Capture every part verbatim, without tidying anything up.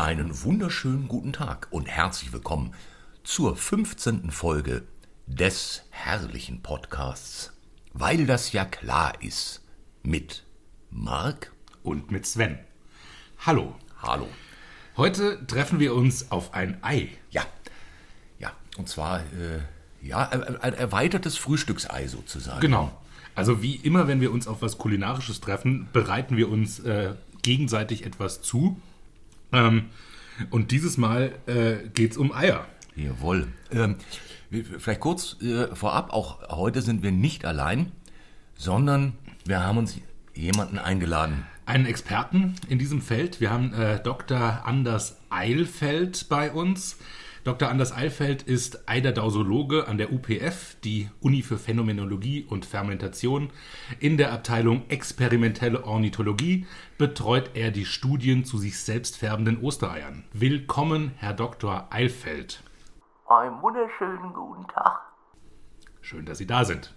Einen wunderschönen guten Tag und herzlich willkommen zur fünfzehnten Folge des herrlichen Podcasts, weil das ja klar ist, mit Marc und mit Sven. Hallo. Hallo. Heute treffen wir uns auf ein Ei. Ja, ja, und zwar äh, ja, ein erweitertes Frühstücksei sozusagen. Genau. Also wie immer, wenn wir uns auf was Kulinarisches treffen, bereiten wir uns äh, gegenseitig etwas zu. Ähm, und dieses Mal äh, geht es um Eier. Jawohl. Ähm, vielleicht kurz äh, vorab, auch heute sind wir nicht allein, sondern wir haben uns jemanden eingeladen. Einen Experten in diesem Feld. Wir haben äh, Doktor Anders Eilfeld bei uns. Doktor Anders Eilfeld ist Eiderdausologe an der U P F, die Uni für Phänomenologie und Fermentation. In der Abteilung Experimentelle Ornithologie betreut er die Studien zu sich selbst färbenden Ostereiern. Willkommen, Herr Doktor Eilfeld. Einen wunderschönen guten Tag. Schön, dass Sie da sind.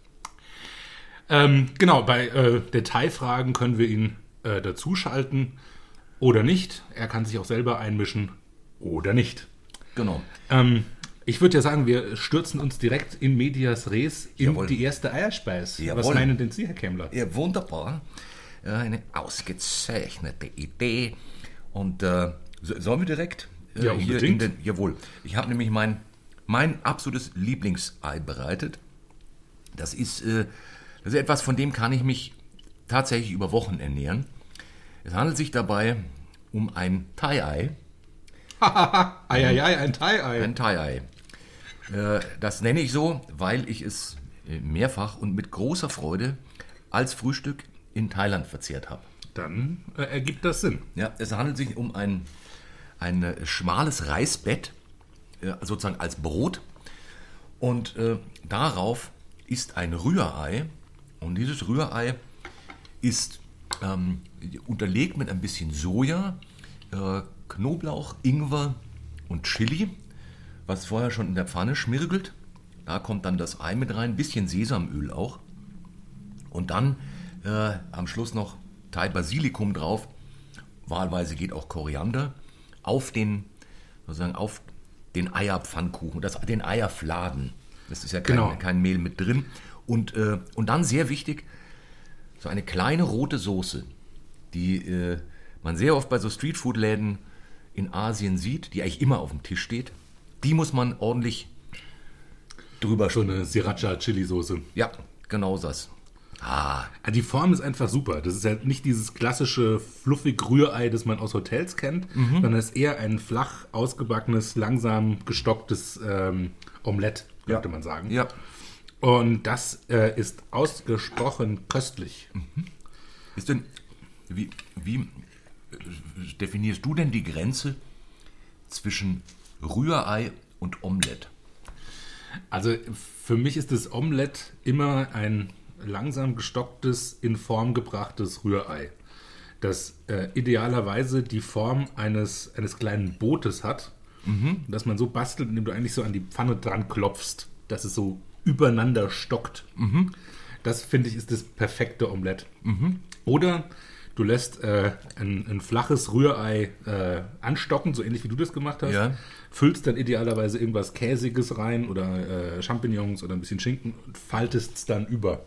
Ähm, genau, bei äh, Detailfragen können wir ihn äh, dazuschalten oder nicht. Er kann sich auch selber einmischen oder nicht. Genau. Ähm, ich würde ja sagen, wir stürzen uns direkt in medias res in Jawohl. die erste Eierspeis. Jawohl. Was meinen denn Sie, Herr Kemmler? Ja, wunderbar. Ja, eine ausgezeichnete Idee. Und äh, so- sollen wir direkt äh, Ja, hier in unbedingt. den... Jawohl. Ich habe nämlich mein, mein absolutes Lieblingsei bereitet. Das ist, äh, das ist etwas, von dem kann ich mich tatsächlich über Wochen ernähren. Es handelt sich dabei um ein Thai-Ei. Eieiei, ein Thai-Ei. Ein Thai-Ei. Äh, das nenne ich so, weil ich es äh, mehrfach und mit großer Freude als Frühstück in Thailand verzehrt habe. Dann äh, ergibt das Sinn. Ja, es handelt sich um ein, ein äh, schmales Reisbett, äh, sozusagen als Brot. Und äh, darauf ist ein Rührei. Und dieses Rührei ist ähm, unterlegt mit ein bisschen Soja, äh, Knoblauch, Ingwer und Chili, was vorher schon in der Pfanne schmirgelt. Da kommt dann das Ei mit rein, ein bisschen Sesamöl auch. Und dann äh, am Schluss noch Thai Basilikum drauf. Wahlweise geht auch Koriander auf den, sozusagen auf den Eierpfannkuchen, das, den Eierfladen. Das ist ja kein, Genau. kein Mehl mit drin. Und, äh, und dann sehr wichtig, so eine kleine rote Soße, die äh, man sehr oft bei so Streetfood-Läden in Asien sieht, die eigentlich immer auf dem Tisch steht. Die muss man ordentlich drüber So schütten. eine Sriracha-Chili-Soße. Ja, genau das. Ah, Die Form ist einfach super. Das ist ja nicht dieses klassische fluffig Rührei, das man aus Hotels kennt, sondern es ist eher ein flach ausgebackenes, langsam gestocktes ähm, Omelett, könnte Ja. man sagen. ja. Und das äh, ist ausgesprochen köstlich. Ist denn, wie, wie äh, definierst du denn die Grenze zwischen Rührei und Omelett? Also für mich ist das Omelett immer ein langsam gestocktes, in Form gebrachtes Rührei, das äh, idealerweise die Form eines, eines kleinen Bootes hat, das man so bastelt, indem du eigentlich so an die Pfanne dran klopfst, dass es so übereinander stockt. Das, finde ich, ist das perfekte Omelett. Oder du lässt äh, ein, ein flaches Rührei äh, anstocken, so ähnlich wie du das gemacht hast, Ja. füllst dann idealerweise irgendwas Käsiges rein oder äh, Champignons oder ein bisschen Schinken und faltest es dann über.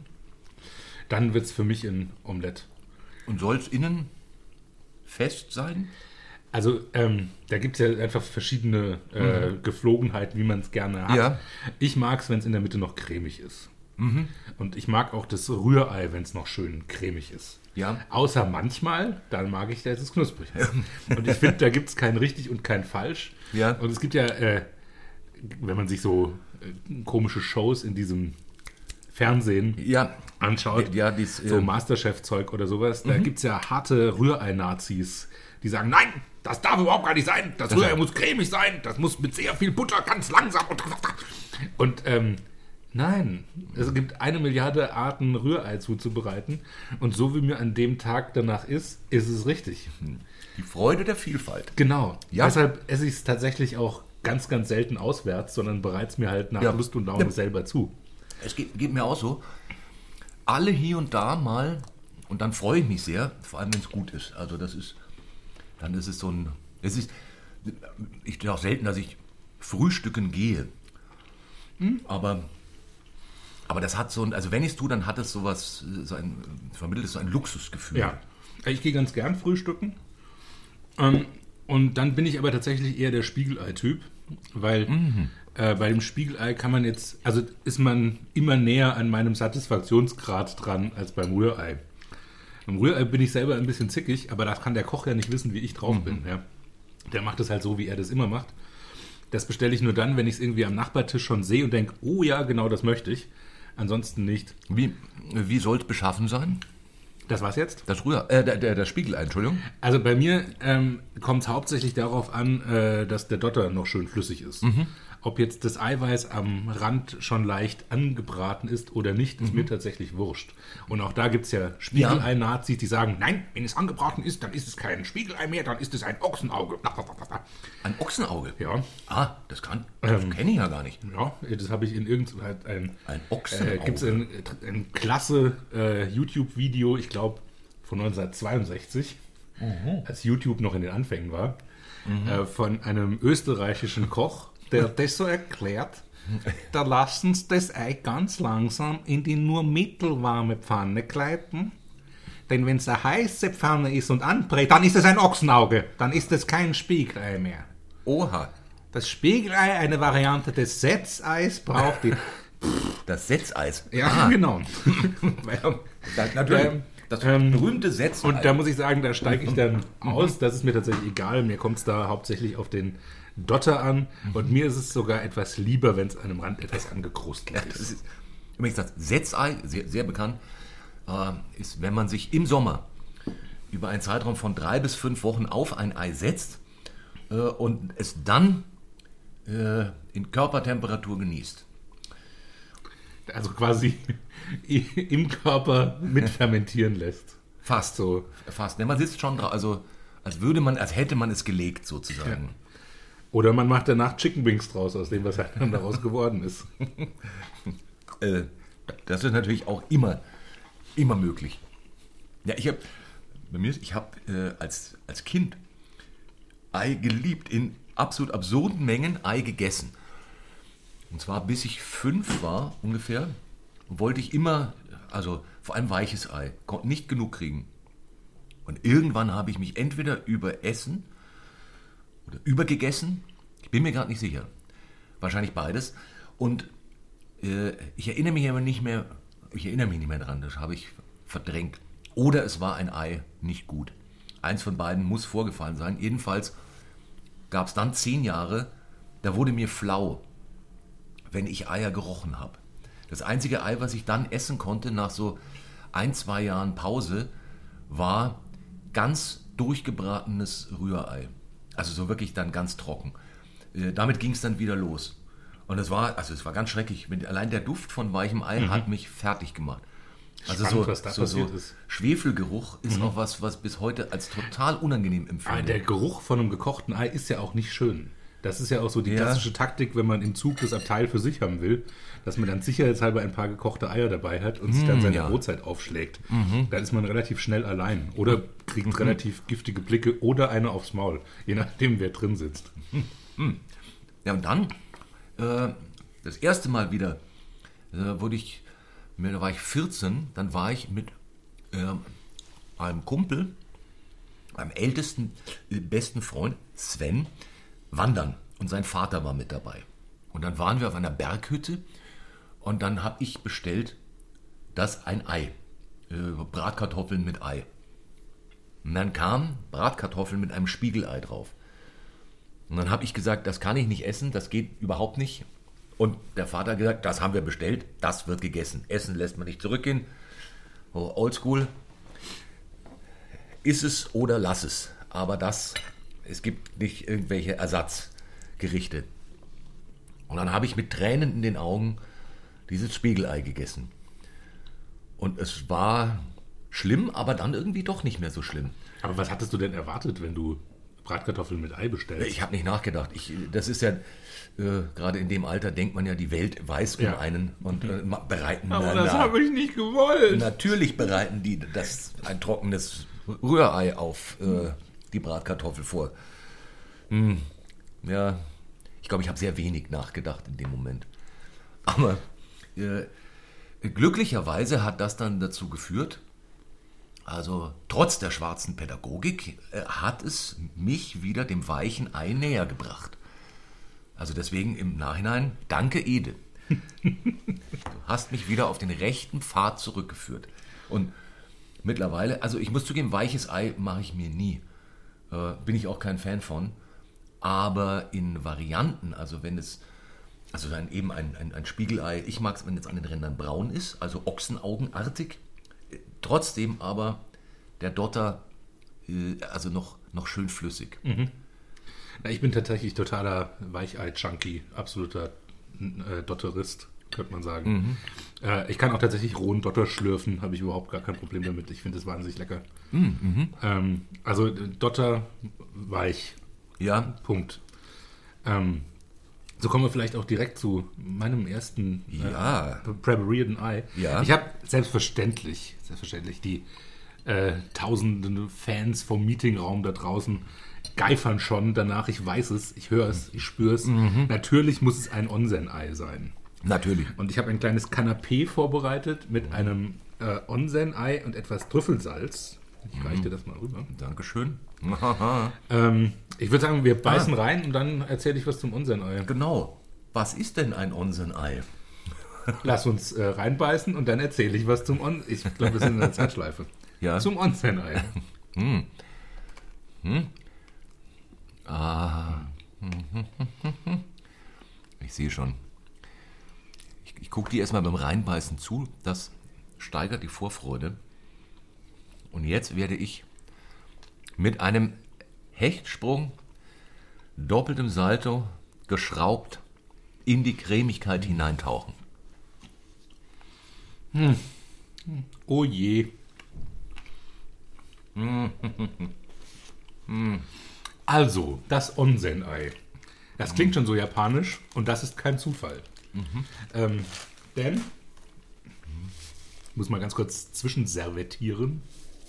Dann wird es für mich ein Omelett. Und soll es innen fest sein? Also ähm, da gibt es ja einfach verschiedene äh, Geflogenheiten, wie man es gerne hat. Ja. Ich mag es, wenn es in der Mitte noch cremig ist. Und ich mag auch das Rührei, wenn es noch schön cremig ist. Ja. Außer manchmal, dann mag ich, dass es knusprig ist. Und ich finde, da gibt es kein richtig und kein falsch. Ja. Und es gibt ja, äh, wenn man sich so äh, komische Shows in diesem Fernsehen Ja. anschaut, Ja, dies, so äh, Masterchef-Zeug oder sowas, da gibt es ja harte Rührei-Nazis, die sagen, nein, das darf überhaupt gar nicht sein, das Rührei muss cremig sein, das muss mit sehr viel Butter, ganz langsam und und ähm, nein, es gibt eine Milliarde Arten Rührei zuzubereiten und so wie mir an dem Tag danach ist, ist es richtig. Die Freude der Vielfalt. Genau, Ja. deshalb esse ich es tatsächlich auch ganz, ganz selten auswärts, sondern bereite es mir halt nach Ja. Lust und Laune Ja. selber zu. Es geht, geht mir auch so. Alle hier und da mal, und dann freue ich mich sehr, vor allem wenn es gut ist. Also das ist, dann ist es so ein, Es ist, ich tue auch selten, dass ich frühstücken gehe. Hm? Aber, aber das hat so ein, also wenn ich es tue, dann hat es sowas, so ein, vermittelt es so ein Luxusgefühl. Ja, ich gehe ganz gern frühstücken. Ähm, und dann bin ich aber tatsächlich eher der Spiegelei-Typ, weil mhm. äh, bei dem Spiegelei kann man jetzt, also ist man immer näher an meinem Satisfaktionsgrad dran als beim Rührei. Beim Rührei bin ich selber ein bisschen zickig, aber das kann der Koch ja nicht wissen, wie ich drauf mhm. bin. Ja. Der macht es halt so, wie er das immer macht. Das bestelle ich nur dann, wenn ich es irgendwie am Nachbartisch schon sehe und denke, oh ja, genau das möchte ich. Ansonsten nicht. Wie, wie soll es beschaffen sein? Das war's jetzt? Das Rühr, äh, der, der, der Spiegelei, Entschuldigung. Also bei mir ähm, kommt es hauptsächlich darauf an, äh, dass der Dotter noch schön flüssig ist. Mhm. Ob jetzt das Eiweiß am Rand schon leicht angebraten ist oder nicht, ist mhm. mir tatsächlich wurscht. Und auch da gibt es ja Spiegelei-Nazis, die sagen, nein, wenn es angebraten ist, dann ist es kein Spiegelei mehr, dann ist es ein Ochsenauge. Ein Ochsenauge? Ja. Ah, das kann, das ähm, kenne ich ja gar nicht. Ja, das habe ich in irgendeinem... Halt ein, ein Ochsenauge? Äh, gibt es ein, ein klasse äh, YouTube-Video, ich glaube von neunzehnhundertzweiundsechzig, mhm. als YouTube noch in den Anfängen war, mhm. äh, von einem österreichischen Koch, der das so erklärt, da lassen Sie das Ei ganz langsam in die nur mittelwarme Pfanne gleiten. Denn wenn es eine heiße Pfanne ist und anbrät, dann ist es ein Ochsenauge. Dann ist es kein Spiegelei mehr. Oha. Das Spiegelei, eine Variante des Setzeis, braucht die... Das Setzeis? Ja, ah. genau. da, natürlich. Ähm, das ähm, berühmte Setzeis. Und da muss ich sagen, da steige ich dann aus. Das ist mir tatsächlich egal. Mir kommt es da hauptsächlich auf den Dotter an. Mhm. Und mir ist es sogar etwas lieber, wenn es an einem Rand etwas angekrustelt ja, das ist. ist übrigens, das Setzei, sehr, sehr bekannt, äh, ist, wenn man sich im Sommer über einen Zeitraum von drei bis fünf Wochen auf ein Ei setzt äh, und es dann äh, in Körpertemperatur genießt. Also quasi im Körper mit fermentieren lässt. Fast so. Fast. Ne, man sitzt schon drauf, also als würde man, als hätte man es gelegt sozusagen. Ja. Oder man macht danach Chicken Wings draus, aus dem, was halt dann daraus geworden ist. äh, das ist natürlich auch immer, immer möglich. Ja, ich habe, bei mir, ich habe äh, als, als Kind Ei geliebt, in absolut absurden Mengen Ei gegessen. Und zwar bis ich fünf war ungefähr, wollte ich immer, also vor allem weiches Ei, konnte nicht genug kriegen. Und irgendwann habe ich mich entweder überessen oder übergegessen, ich bin mir gerade nicht sicher, wahrscheinlich beides. Und äh, ich erinnere mich aber nicht mehr, ich erinnere mich nicht mehr dran, das habe ich verdrängt. Oder es war ein Ei nicht gut. Eins von beiden muss vorgefallen sein. Jedenfalls gab es dann zehn Jahre, da wurde mir flau, wenn ich Eier gerochen habe. Das einzige Ei, was ich dann essen konnte nach so ein, zwei Jahren Pause, war ganz durchgebratenes Rührei. Also so wirklich dann ganz trocken. Äh, damit ging es dann wieder los. Und es war, also es war ganz schrecklich. Allein der Duft von weichem Ei mhm. hat mich fertig gemacht. Also Spannend, so, was da so, so ist. Schwefelgeruch ist mhm. auch was, was bis heute als total unangenehm empfinde. Aber der Geruch von einem gekochten Ei ist ja auch nicht schön. Das ist ja auch so die ja. klassische Taktik, wenn man im Zug das Abteil für sich haben will, dass man dann sicherheitshalber ein paar gekochte Eier dabei hat und sich dann seine ja. Brotzeit aufschlägt. Mhm. Dann ist man relativ schnell allein oder kriegt mhm. relativ giftige Blicke oder eine aufs Maul, je nachdem, wer drin sitzt. Mhm. Ja, und dann, äh, das erste Mal wieder, äh, wurde ich, da war ich vierzehn, dann war ich mit äh, einem Kumpel, meinem ältesten, äh, besten Freund, Sven, wandern. Und sein Vater war mit dabei. Und dann waren wir auf einer Berghütte und dann habe ich bestellt, das ein Ei. Äh, Bratkartoffeln mit Ei. Und dann kam Bratkartoffeln mit einem Spiegelei drauf. Und dann habe ich gesagt, das kann ich nicht essen, das geht überhaupt nicht. Und der Vater hat gesagt, das haben wir bestellt, das wird gegessen. Essen lässt man nicht zurückgehen. Oh, oldschool. Iss es oder lass es. Aber das... Es gibt nicht irgendwelche Ersatzgerichte. Und dann habe ich mit Tränen in den Augen dieses Spiegelei gegessen. Und es war schlimm, aber dann irgendwie doch nicht mehr so schlimm. Aber was hattest du denn erwartet, wenn du Bratkartoffeln mit Ei bestellst? Ich habe nicht nachgedacht. Ich, das ist ja, äh, gerade in dem Alter denkt man ja, die Welt weiß um ja. einen und äh, bereiten... Aber na, das habe ich nicht gewollt. Natürlich bereiten die das ein trockenes Rührei auf... Äh, die Bratkartoffel vor. Ja, ich glaube, ich habe sehr wenig nachgedacht in dem Moment. Aber äh, glücklicherweise hat das dann dazu geführt, also trotz der schwarzen Pädagogik äh, hat es mich wieder dem weichen Ei näher gebracht. Also deswegen im Nachhinein, danke Ede. Du hast mich wieder auf den rechten Pfad zurückgeführt. Und mittlerweile, also ich muss zugeben, weiches Ei mache ich mir nie. Äh, bin ich auch kein Fan von. Aber in Varianten, also wenn es, also dann eben ein, ein, ein Spiegelei, ich mag es, wenn es an den Rändern braun ist, also ochsenaugenartig, trotzdem aber der Dotter, äh, also noch, noch schön flüssig. Mhm. Na, ich bin tatsächlich totaler Weichei-Junkie, absoluter äh, Dotterist, könnte man sagen. Mhm. Äh, ich kann auch tatsächlich rohen Dotter schlürfen, habe ich überhaupt gar kein Problem damit. Ich finde es wahnsinnig lecker. Mhm. Ähm, also Dotter weich. Ja. Punkt. Ähm, so kommen wir vielleicht auch direkt zu meinem ersten ja. äh, Barbarian Eye. Ja. Ich habe selbstverständlich, selbstverständlich die äh, tausenden Fans vom Meetingraum da draußen geifern schon danach. Ich weiß es, ich höre es, ich spüre es. Mhm. Natürlich muss es ein Onsen-Ei sein. Natürlich. Und ich habe ein kleines Kanapé vorbereitet mit einem äh, Onsen-Ei und etwas Trüffelsalz. Ich reiche dir das mal rüber. Dankeschön. ähm, ich würde sagen, wir beißen ah. rein und dann erzähle ich was zum Onsen-Ei. Genau. Was ist denn ein Onsen-Ei? Lass uns äh, reinbeißen und dann erzähle ich was zum Onsen. Ich glaube, wir sind in der Zeitschleife. Ja. Zum Onsen-Ei. hm. Hm. Ah. Ich sehe schon. Ich, ich gucke dir erstmal beim Reinbeißen zu. Das steigert die Vorfreude. Und jetzt werde ich mit einem Hechtsprung, doppeltem Salto, geschraubt in die Cremigkeit hineintauchen. Hm. Oh je. Also, das Onsen-Ei. Das klingt schon so japanisch und das ist kein Zufall. Mhm. Ähm, denn, ich muss mal ganz kurz zwischenservettieren.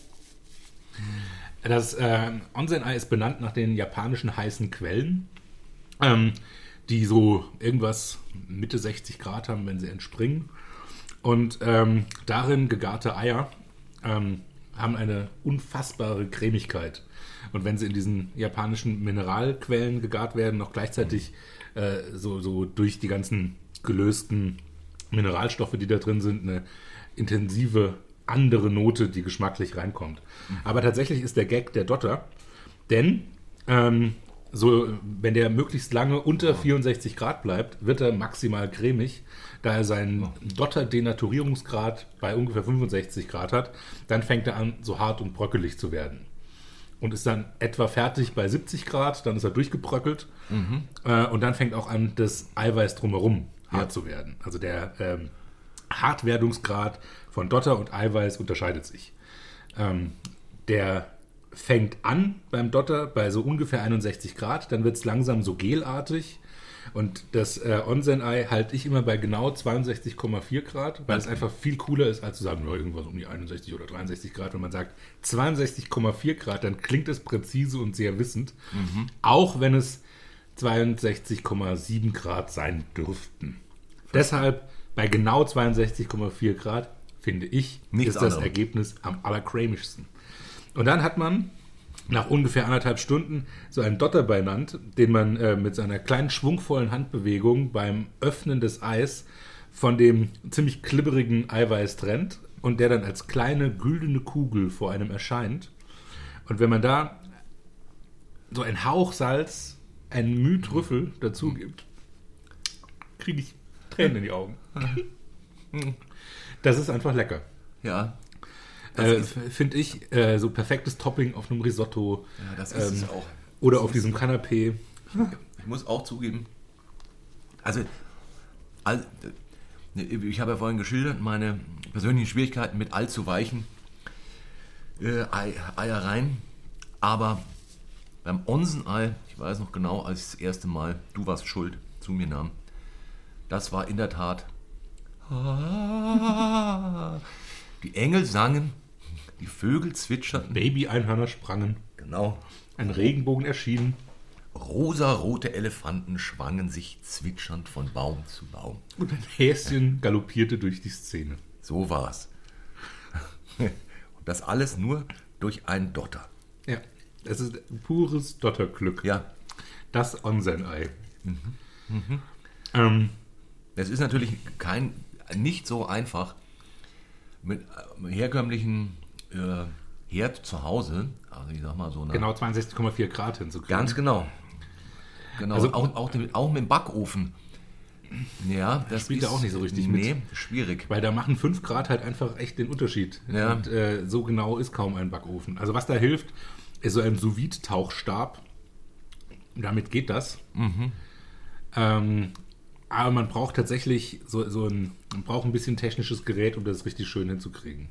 Das äh, Onsen-Ei ist benannt nach den japanischen heißen Quellen, ähm, die so irgendwas Mitte sechzig Grad haben, wenn sie entspringen. Und ähm, darin gegarte Eier ähm, haben eine unfassbare Cremigkeit. Und wenn sie in diesen japanischen Mineralquellen gegart werden, noch gleichzeitig äh, so, so durch die ganzen gelösten Mineralstoffe, die da drin sind, eine intensive andere Note, die geschmacklich reinkommt. Mhm. Aber tatsächlich ist der Gag der Dotter, denn ähm, so, wenn der möglichst lange unter vierundsechzig Grad bleibt, wird er maximal cremig. Da er seinen Dotter-Denaturierungsgrad bei ungefähr fünfundsechzig Grad hat, dann fängt er an, so hart und bröckelig zu werden. Und ist dann etwa fertig bei siebzig Grad, dann ist er durchgebröckelt. Mhm. Äh, und dann fängt auch an, das Eiweiß drumherum hart ja. zu werden. Also der ähm, Hartwerdungsgrad von Dotter und Eiweiß unterscheidet sich. Ähm, der fängt an beim Dotter bei so ungefähr einundsechzig Grad, dann wird es langsam so gelartig. Und das äh, Onsen-Ei halte ich immer bei genau zweiundsechzig Komma vier Grad, weil es einfach viel cooler ist, als zu sagen, ja, irgendwas um die einundsechzig oder dreiundsechzig Grad. Wenn man sagt zweiundsechzig Komma vier Grad, dann klingt es präzise und sehr wissend, mhm. auch wenn es zweiundsechzig Komma sieben Grad sein dürften. Deshalb bei genau zweiundsechzig Komma vier Grad, finde ich, Nichts ist das anderem. Ergebnis am allercremischsten. Und dann hat man nach ungefähr anderthalb Stunden so einen Dotter benannt, den man äh, mit seiner kleinen schwungvollen Handbewegung beim Öffnen des Eis von dem ziemlich klibberigen Eiweiß trennt und der dann als kleine güldene Kugel vor einem erscheint. Und wenn man da so einen Hauch Salz, ein Müh Trüffel dazu gibt, kriege ich Tränen in die Augen. Das ist einfach lecker. Ja. Äh, Finde ich äh, so perfektes Topping auf einem Risotto. Ja, das ist ähm, es auch. Oder das auf diesem Kanapé. Ich muss auch zugeben, also, also ich habe ja vorhin geschildert, meine persönlichen Schwierigkeiten mit allzu weichen äh, Eiereien, aber beim Onsen-Ei, ich weiß noch genau, als ich das erste Mal, du warst schuld, zu mir nahm, das war in der Tat, die Engel sangen, die Vögel zwitscherten. Baby-Einhörner sprangen. Genau. Ein Regenbogen erschien. rosarote Elefanten schwangen sich zwitschernd von Baum zu Baum. Und ein Häschen galoppierte durch die Szene. So war's. Und das alles nur durch ein Dotter. Ja, es ist pures Dotterglück. Ja, Das Onsen-Ei. Mhm. Mhm. Ähm, es ist natürlich kein, nicht so einfach, mit äh, herkömmlichen äh, Herd zu Hause, also ich sag mal so eine... genau zweiundsechzig Komma vier Grad hinzukriegen. Ganz genau. Genau, Also- auch, auch, dem- auch mit dem Backofen. Ja, das spielt ist ja auch nicht so richtig nee, mit. schwierig. Weil da machen fünf Grad halt einfach echt den Unterschied. Ja. Und äh, so genau ist kaum ein Backofen. Also was da hilft, ist so ein Sous-Vide-Tauchstab. Damit geht das. Mhm. Ähm, aber man braucht tatsächlich so, so ein, man braucht ein bisschen technisches Gerät, um das richtig schön hinzukriegen.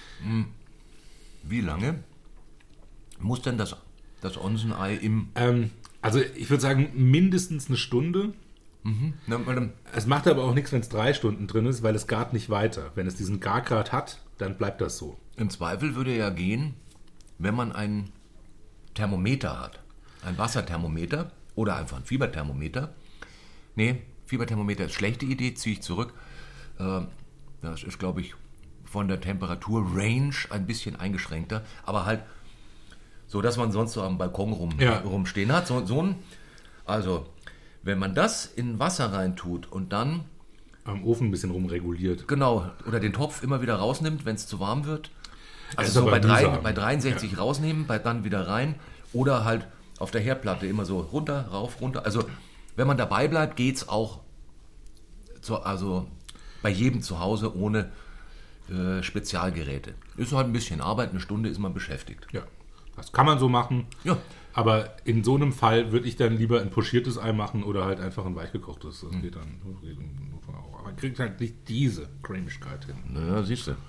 Wie lange muss denn das, das Onsenei im... Ähm, also ich würde sagen, mindestens eine Stunde. Na, weil dann- Es macht aber auch nichts, wenn es drei Stunden drin ist, weil es gart nicht weiter. Wenn es diesen Gargrad hat, dann bleibt das so. Im Zweifel würde ja gehen, wenn man ein Thermometer hat. Ein Wasserthermometer oder einfach ein Fieberthermometer. Nee, Fieberthermometer ist schlechte Idee, ziehe ich zurück. Äh, Das ist, glaube ich, von der Temperatur-Range ein bisschen eingeschränkter. Aber halt so, dass man sonst so am Balkon rum, Ja. rumstehen hat. So, so ein, also, wenn man das in Wasser reintut und dann, Am Ofen ein bisschen rumreguliert. genau, oder den Topf immer wieder rausnimmt, wenn es zu warm wird. ist Also so aber bei, drei, mühsam. bei dreiundsechzig rausnehmen, bei dann wieder rein. Oder halt auf der Herdplatte immer so runter, rauf, runter. Also wenn man dabei bleibt, geht es auch zu, also bei jedem zu Hause ohne äh, Spezialgeräte. Ist halt ein bisschen Arbeit, eine Stunde ist man beschäftigt. Ja, das kann man so machen. Ja. Aber in so einem Fall würde ich dann lieber ein pochiertes Ei machen oder halt einfach ein weichgekochtes. Das geht dann. Aber man kriegt halt nicht diese Cremigkeit hin. Na, siehst du.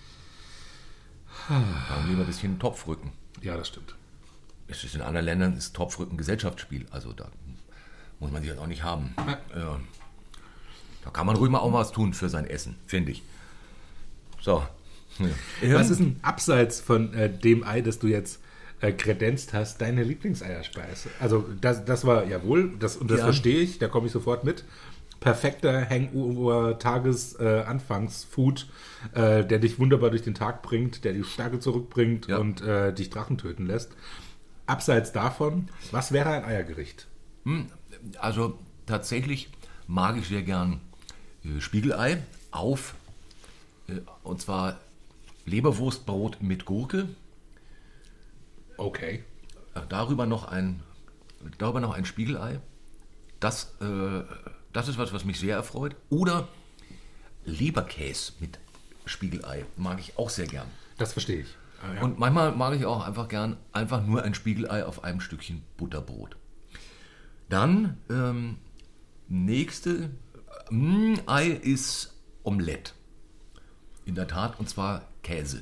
Dann lieber ein bisschen Topfrücken. Ja, das stimmt. Es ist in anderen Ländern ist Topfrücken Gesellschaftsspiel. Also da muss man sich das auch nicht haben. Ja. Da kann man ruhig mal auch was tun für sein Essen, finde ich. So. Ja. Was ist denn abseits von äh, dem Ei, das du jetzt äh, kredenzt hast, deine Lieblingseierspeise? Also das, das war jawohl, das, und das Ja. verstehe ich, da komme ich sofort mit. Perfekter Hangover-Tages-Anfangs-Food, äh, der dich wunderbar durch den Tag bringt, der die Stärke zurückbringt Ja. und äh, dich Drachen töten lässt. Abseits davon, was wäre ein Eiergericht? Also tatsächlich mag ich sehr gern äh, Spiegelei auf, äh, und zwar Leberwurstbrot mit Gurke, Okay. äh, darüber noch ein, darüber noch ein Spiegelei. Das, äh, das ist was, was mich sehr erfreut. Oder Leberkäse mit Spiegelei mag ich auch sehr gern. Das verstehe ich. Ah, ja. Und manchmal mag ich auch einfach gern einfach nur ein Spiegelei auf einem Stückchen Butterbrot. Dann ähm, nächste mm, Ei ist Omelette. In der Tat, und zwar Käse.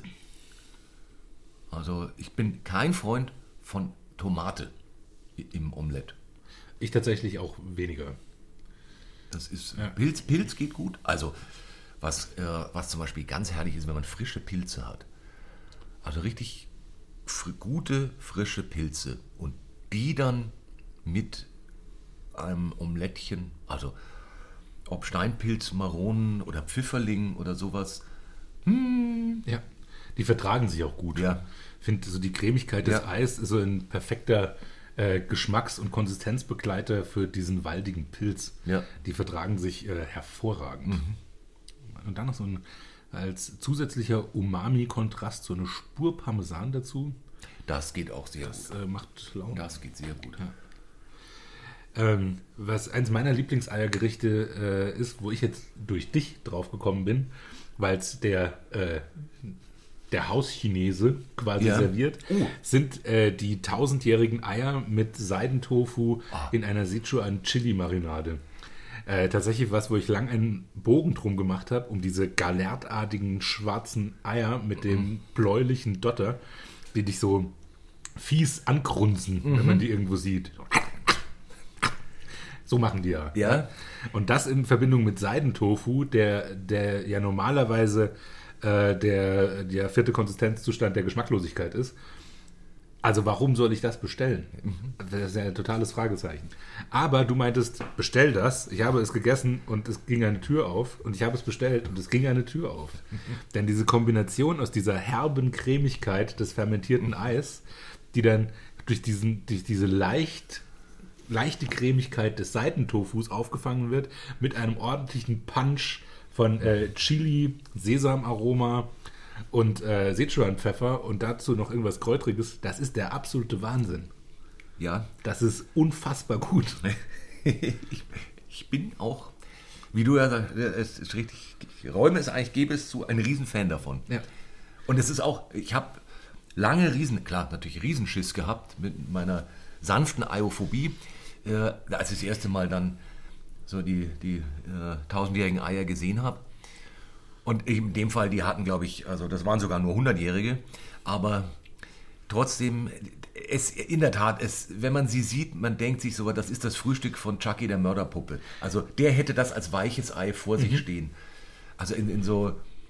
Also ich bin kein Freund von Tomate im Omelette. Ich tatsächlich auch weniger. Das ist Ja. Pilz, Pilz geht gut. Also was, äh, was zum Beispiel ganz herrlich ist, wenn man frische Pilze hat. Also richtig fr gute, frische Pilze. Und die dann mit einem Omelettchen, also ob Steinpilz, Maronen oder Pfifferling oder sowas. Ja, die vertragen sich auch gut. Ja. Ich finde, so die Cremigkeit des Ja. Eis ist so ein perfekter äh, Geschmacks- und Konsistenzbegleiter für diesen waldigen Pilz. Ja. Die vertragen sich äh, hervorragend. Und dann noch so ein als zusätzlicher Umami-Kontrast so eine Spur Parmesan dazu. Das geht auch sehr Das gut. äh, macht Laune. Das geht sehr gut. Ähm, was eins meiner Lieblingseiergerichte äh, ist, wo ich jetzt durch dich drauf gekommen bin, weil es der, äh, der Hauschinese quasi Ja. serviert, Uh. sind äh, die tausendjährigen Eier mit Seidentofu Ah. in einer Sichuan-Chili-Marinade. Äh, tatsächlich was, wo ich lang einen Bogen drum gemacht habe, um diese galertartigen schwarzen Eier mit dem bläulichen Dotter, die dich so fies angrunzen, wenn man die irgendwo sieht. So machen die ja. Ja. Und das in Verbindung mit Seidentofu, der, der ja normalerweise äh, der, der vierte Konsistenzzustand der Geschmacklosigkeit ist. Also warum soll ich das bestellen? Das ist ja ein totales Fragezeichen. Aber du meintest, bestell das. Ich habe es gegessen und es ging eine Tür auf. Und ich habe es bestellt und es ging eine Tür auf. Denn diese Kombination aus dieser herben Cremigkeit des fermentierten Eis, die dann durch, diesen, durch diese leicht, leichte Cremigkeit des Seitentofus aufgefangen wird, mit einem ordentlichen Punch von äh, Chili, Sesamaroma und äh, Sichuan-Pfeffer und dazu noch irgendwas Kräutriges, das ist der absolute Wahnsinn. Ja. Das ist unfassbar gut. ich, ich bin auch, wie du ja sagst, es ist richtig, ich räume es eigentlich, gebe es zu, ein Riesenfan davon. Ja. Und es ist auch, ich habe lange Riesen, klar, natürlich Riesenschiss gehabt mit meiner sanften Eiophobie, äh, als ich das erste Mal dann so die, die äh, tausendjährigen Eier gesehen habe. Und in dem Fall, die hatten, glaube ich, also das waren sogar nur hundertjährige, aber trotzdem, es in der Tat, es, wenn man sie sieht, man denkt sich sogar, das ist das Frühstück von Chucky, der Mörderpuppe. Also der hätte das als weiches Ei vor sich stehen. Also in, in so,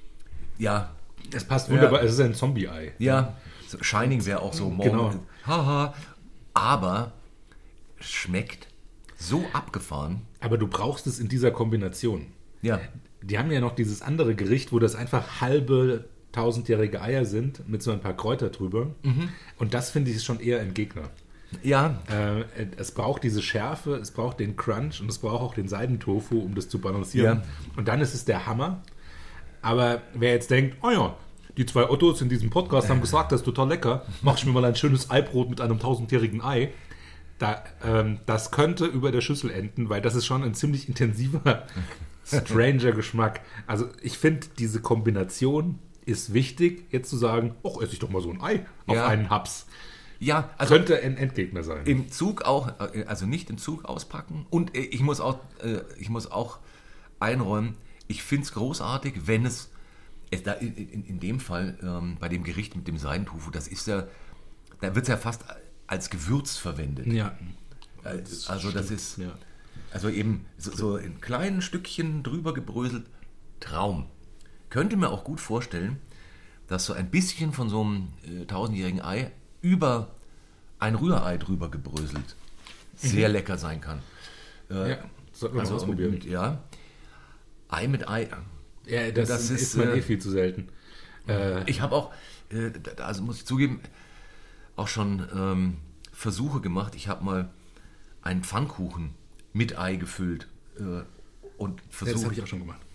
ja. Es passt wunderbar, Ja. es ist ein Zombie-Ei. Ja, so Shining wäre auch so morgen. Genau. Haha. Aber es schmeckt so abgefahren. Aber du brauchst es in dieser Kombination. Ja. Die haben ja noch dieses andere Gericht, wo das einfach halbe tausendjährige Eier sind, mit so ein paar Kräuter drüber. Mhm. Und das finde ich schon eher ein Gegner. Ja. Äh, es braucht diese Schärfe, es braucht den Crunch und es braucht auch den Seidentofu, um das zu balancieren. Ja. Und dann ist es der Hammer. Aber wer jetzt denkt, oh ja, die zwei Ottos in diesem Podcast haben gesagt, das ist total lecker, mach ich mir mal ein schönes Eibrot mit einem tausendjährigen Ei. Da, ähm, das könnte über der Schüssel enden, weil das ist schon ein ziemlich intensiver, stranger Geschmack. Also ich finde, diese Kombination ist wichtig, jetzt zu sagen, ach, esse ich doch mal so ein Ei auf Ja. einen Haps. Ja, also Könnte ein Endgegner sein. im Zug auch, also nicht im Zug auspacken. Und ich muss auch, ich muss auch einräumen, ich finde es großartig, wenn es, es da in, in, in dem Fall, ähm, bei dem Gericht mit dem Seidentofu, das ist ja, da wird es ja fast als Gewürz verwendet. Ja. Also das ist, Ja. also eben so, so in kleinen Stückchen drüber gebröselt, Traum. Könnte mir auch gut vorstellen, dass so ein bisschen von so einem äh, tausendjährigen Ei über ein Rührei drüber gebröselt sehr Mhm. lecker sein kann. Äh, Ja, sollten wir mal ausprobieren. Mit, ja, Ei mit Ei. Ja, das, Das ist, ist, ist man äh, eh viel zu selten. Äh, Ich habe auch, äh, da- also muss ich zugeben, auch schon ähm, Versuche gemacht. Ich habe mal einen Pfannkuchen mit Ei gefüllt äh, und das versucht. habe ich auch schon gemacht.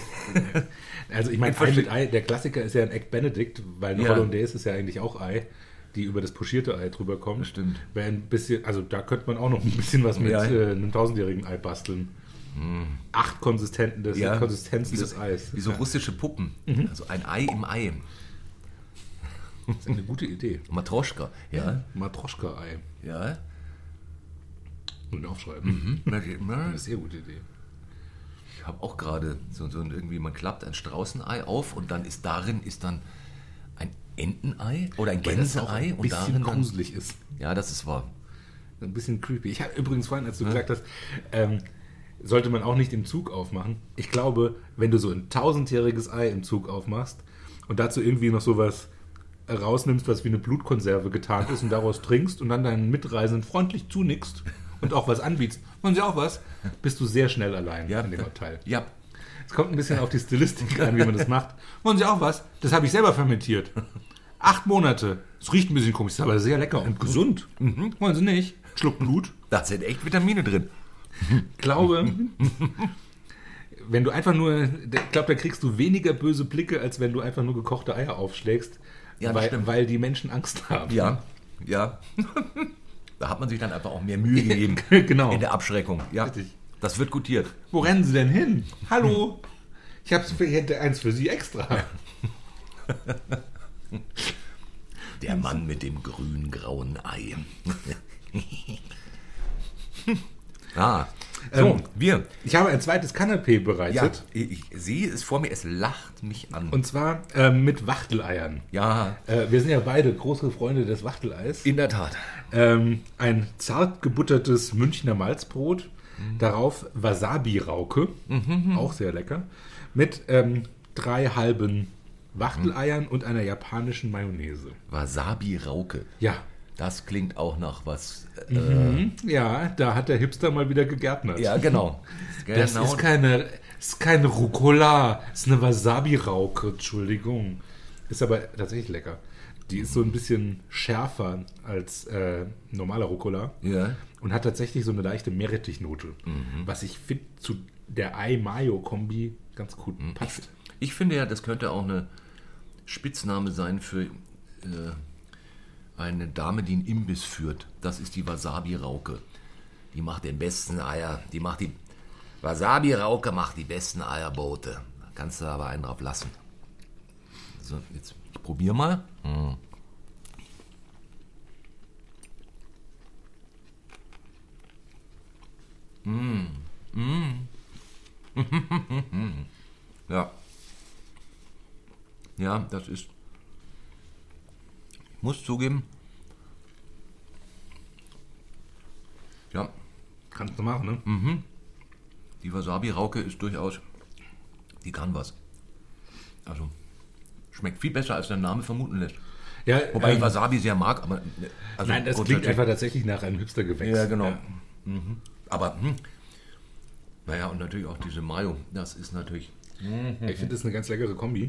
Also ich meine, Ich Ei verstehe- mit Ei, der Klassiker ist ja ein Egg Benedict, weil eine Ja. Hollandaise ist ja eigentlich auch Ei, die über das pochierte Ei drüber kommt. Das stimmt. Wäre ein bisschen, also da könnte man auch noch ein bisschen was mit Ja. äh, einem tausendjährigen Ei basteln. Acht Konsistenten des, Ja, Konsistenzen wie so, des Eis. Wie so Ja. russische Puppen. Also ein Ei im Ei. Das ist eine gute Idee. Matroschka. Ja. Matroschka-Ei. Ja. Und aufschreiben. Mhm. Eine sehr gute Idee. Ich habe auch gerade so, so ein- irgendwie, man klappt ein Straußenei auf und dann ist darin ist dann ein Entenei oder ein Weil das auch Gänseei ein und bisschen darin dann, gruselig ist. ja, das ist wahr. Ein bisschen creepy. Ich habe übrigens vorhin, als du gesagt hast, ähm, sollte man auch nicht im Zug aufmachen. Ich glaube, wenn du so ein tausendjähriges Ei im Zug aufmachst und dazu irgendwie noch sowas rausnimmst, was wie eine Blutkonserve getarnt ist und daraus trinkst und dann deinen Mitreisenden freundlich zunickst und auch was anbietst, wollen sie auch was, bist du sehr schnell allein Ja, in dem Abteil. Ja, Es kommt ein bisschen auf die Stilistik an, wie man das macht. Wollen Sie auch was? Das habe ich selber fermentiert. Acht Monate. Es riecht ein bisschen komisch, ist aber sehr lecker und gesund. Wollen Sie nicht? Schluck Blut. da sind echt Vitamine drin. Glaube, wenn du einfach nur, ich glaube, da kriegst du weniger böse Blicke, als wenn du einfach nur gekochte Eier aufschlägst, Ja, das weil, stimmt. weil die Menschen Angst haben. Ja, ja. Da hat man sich dann einfach auch mehr Mühe gegeben Genau. in der Abschreckung. Ja, Richtig. das wird gutiert. Wo rennen Sie denn hin? Hallo? Ich, hab's für, ich hätte eins für Sie extra. Der Mann mit dem grün-grauen Ei. ah, so, Ähm, wir. Ich habe ein zweites Kanapé Ja, bereitet. ich sehe es vor mir, es lacht mich an. Und zwar ähm, mit Wachteleiern. ja, Äh, wir sind ja beide große Freunde des Wachteleis. in der Tat. Ähm, ein zart gebuttertes Münchner Malzbrot, darauf Wasabi-Rauke, auch sehr lecker, mit ähm, drei halben Wachteleiern und einer japanischen Mayonnaise. Wasabi-Rauke. Ja, Das klingt auch nach was. Äh, Mhm. Ja, da hat der Hipster mal wieder gegärtnert. ja, genau. Das genau. ist keine, ist keine Rucola, ist eine Wasabi-Rauke, Entschuldigung. Ist aber tatsächlich lecker. Die ist so ein bisschen schärfer als äh, normaler Rucola Ja. und hat tatsächlich so eine leichte Meerrettichnote, Mhm. was ich finde zu der Ei-Mayo-Kombi ganz gut passt. Ich finde ja, das könnte auch eine Spitzname sein für äh, eine Dame, die einen Imbiss führt. Das ist die Wasabi-Rauke. Die macht den besten Eier. Die macht die Wasabi-Rauke macht die besten Eierboote. Da kannst du aber einen drauf lassen. So, jetzt ich probiere mal. Hm. Mm. Mm. Ja. Ja, das ist. Ich muss zugeben. Ja, Kannst du machen, ne? die Wasabi-Rauke ist durchaus. Die kann was. Also, schmeckt viel besser, als der Name vermuten lässt. Ja, Wobei ich ähm, Wasabi sehr mag, aber. Also nein, das klingt grundsätzlich- einfach tatsächlich nach einem Hipster-Gewächs. Ja, genau. Mhm. Aber, hm. Naja, und natürlich auch diese Mayo. Das ist natürlich. Ich finde das eine ganz leckere Kombi.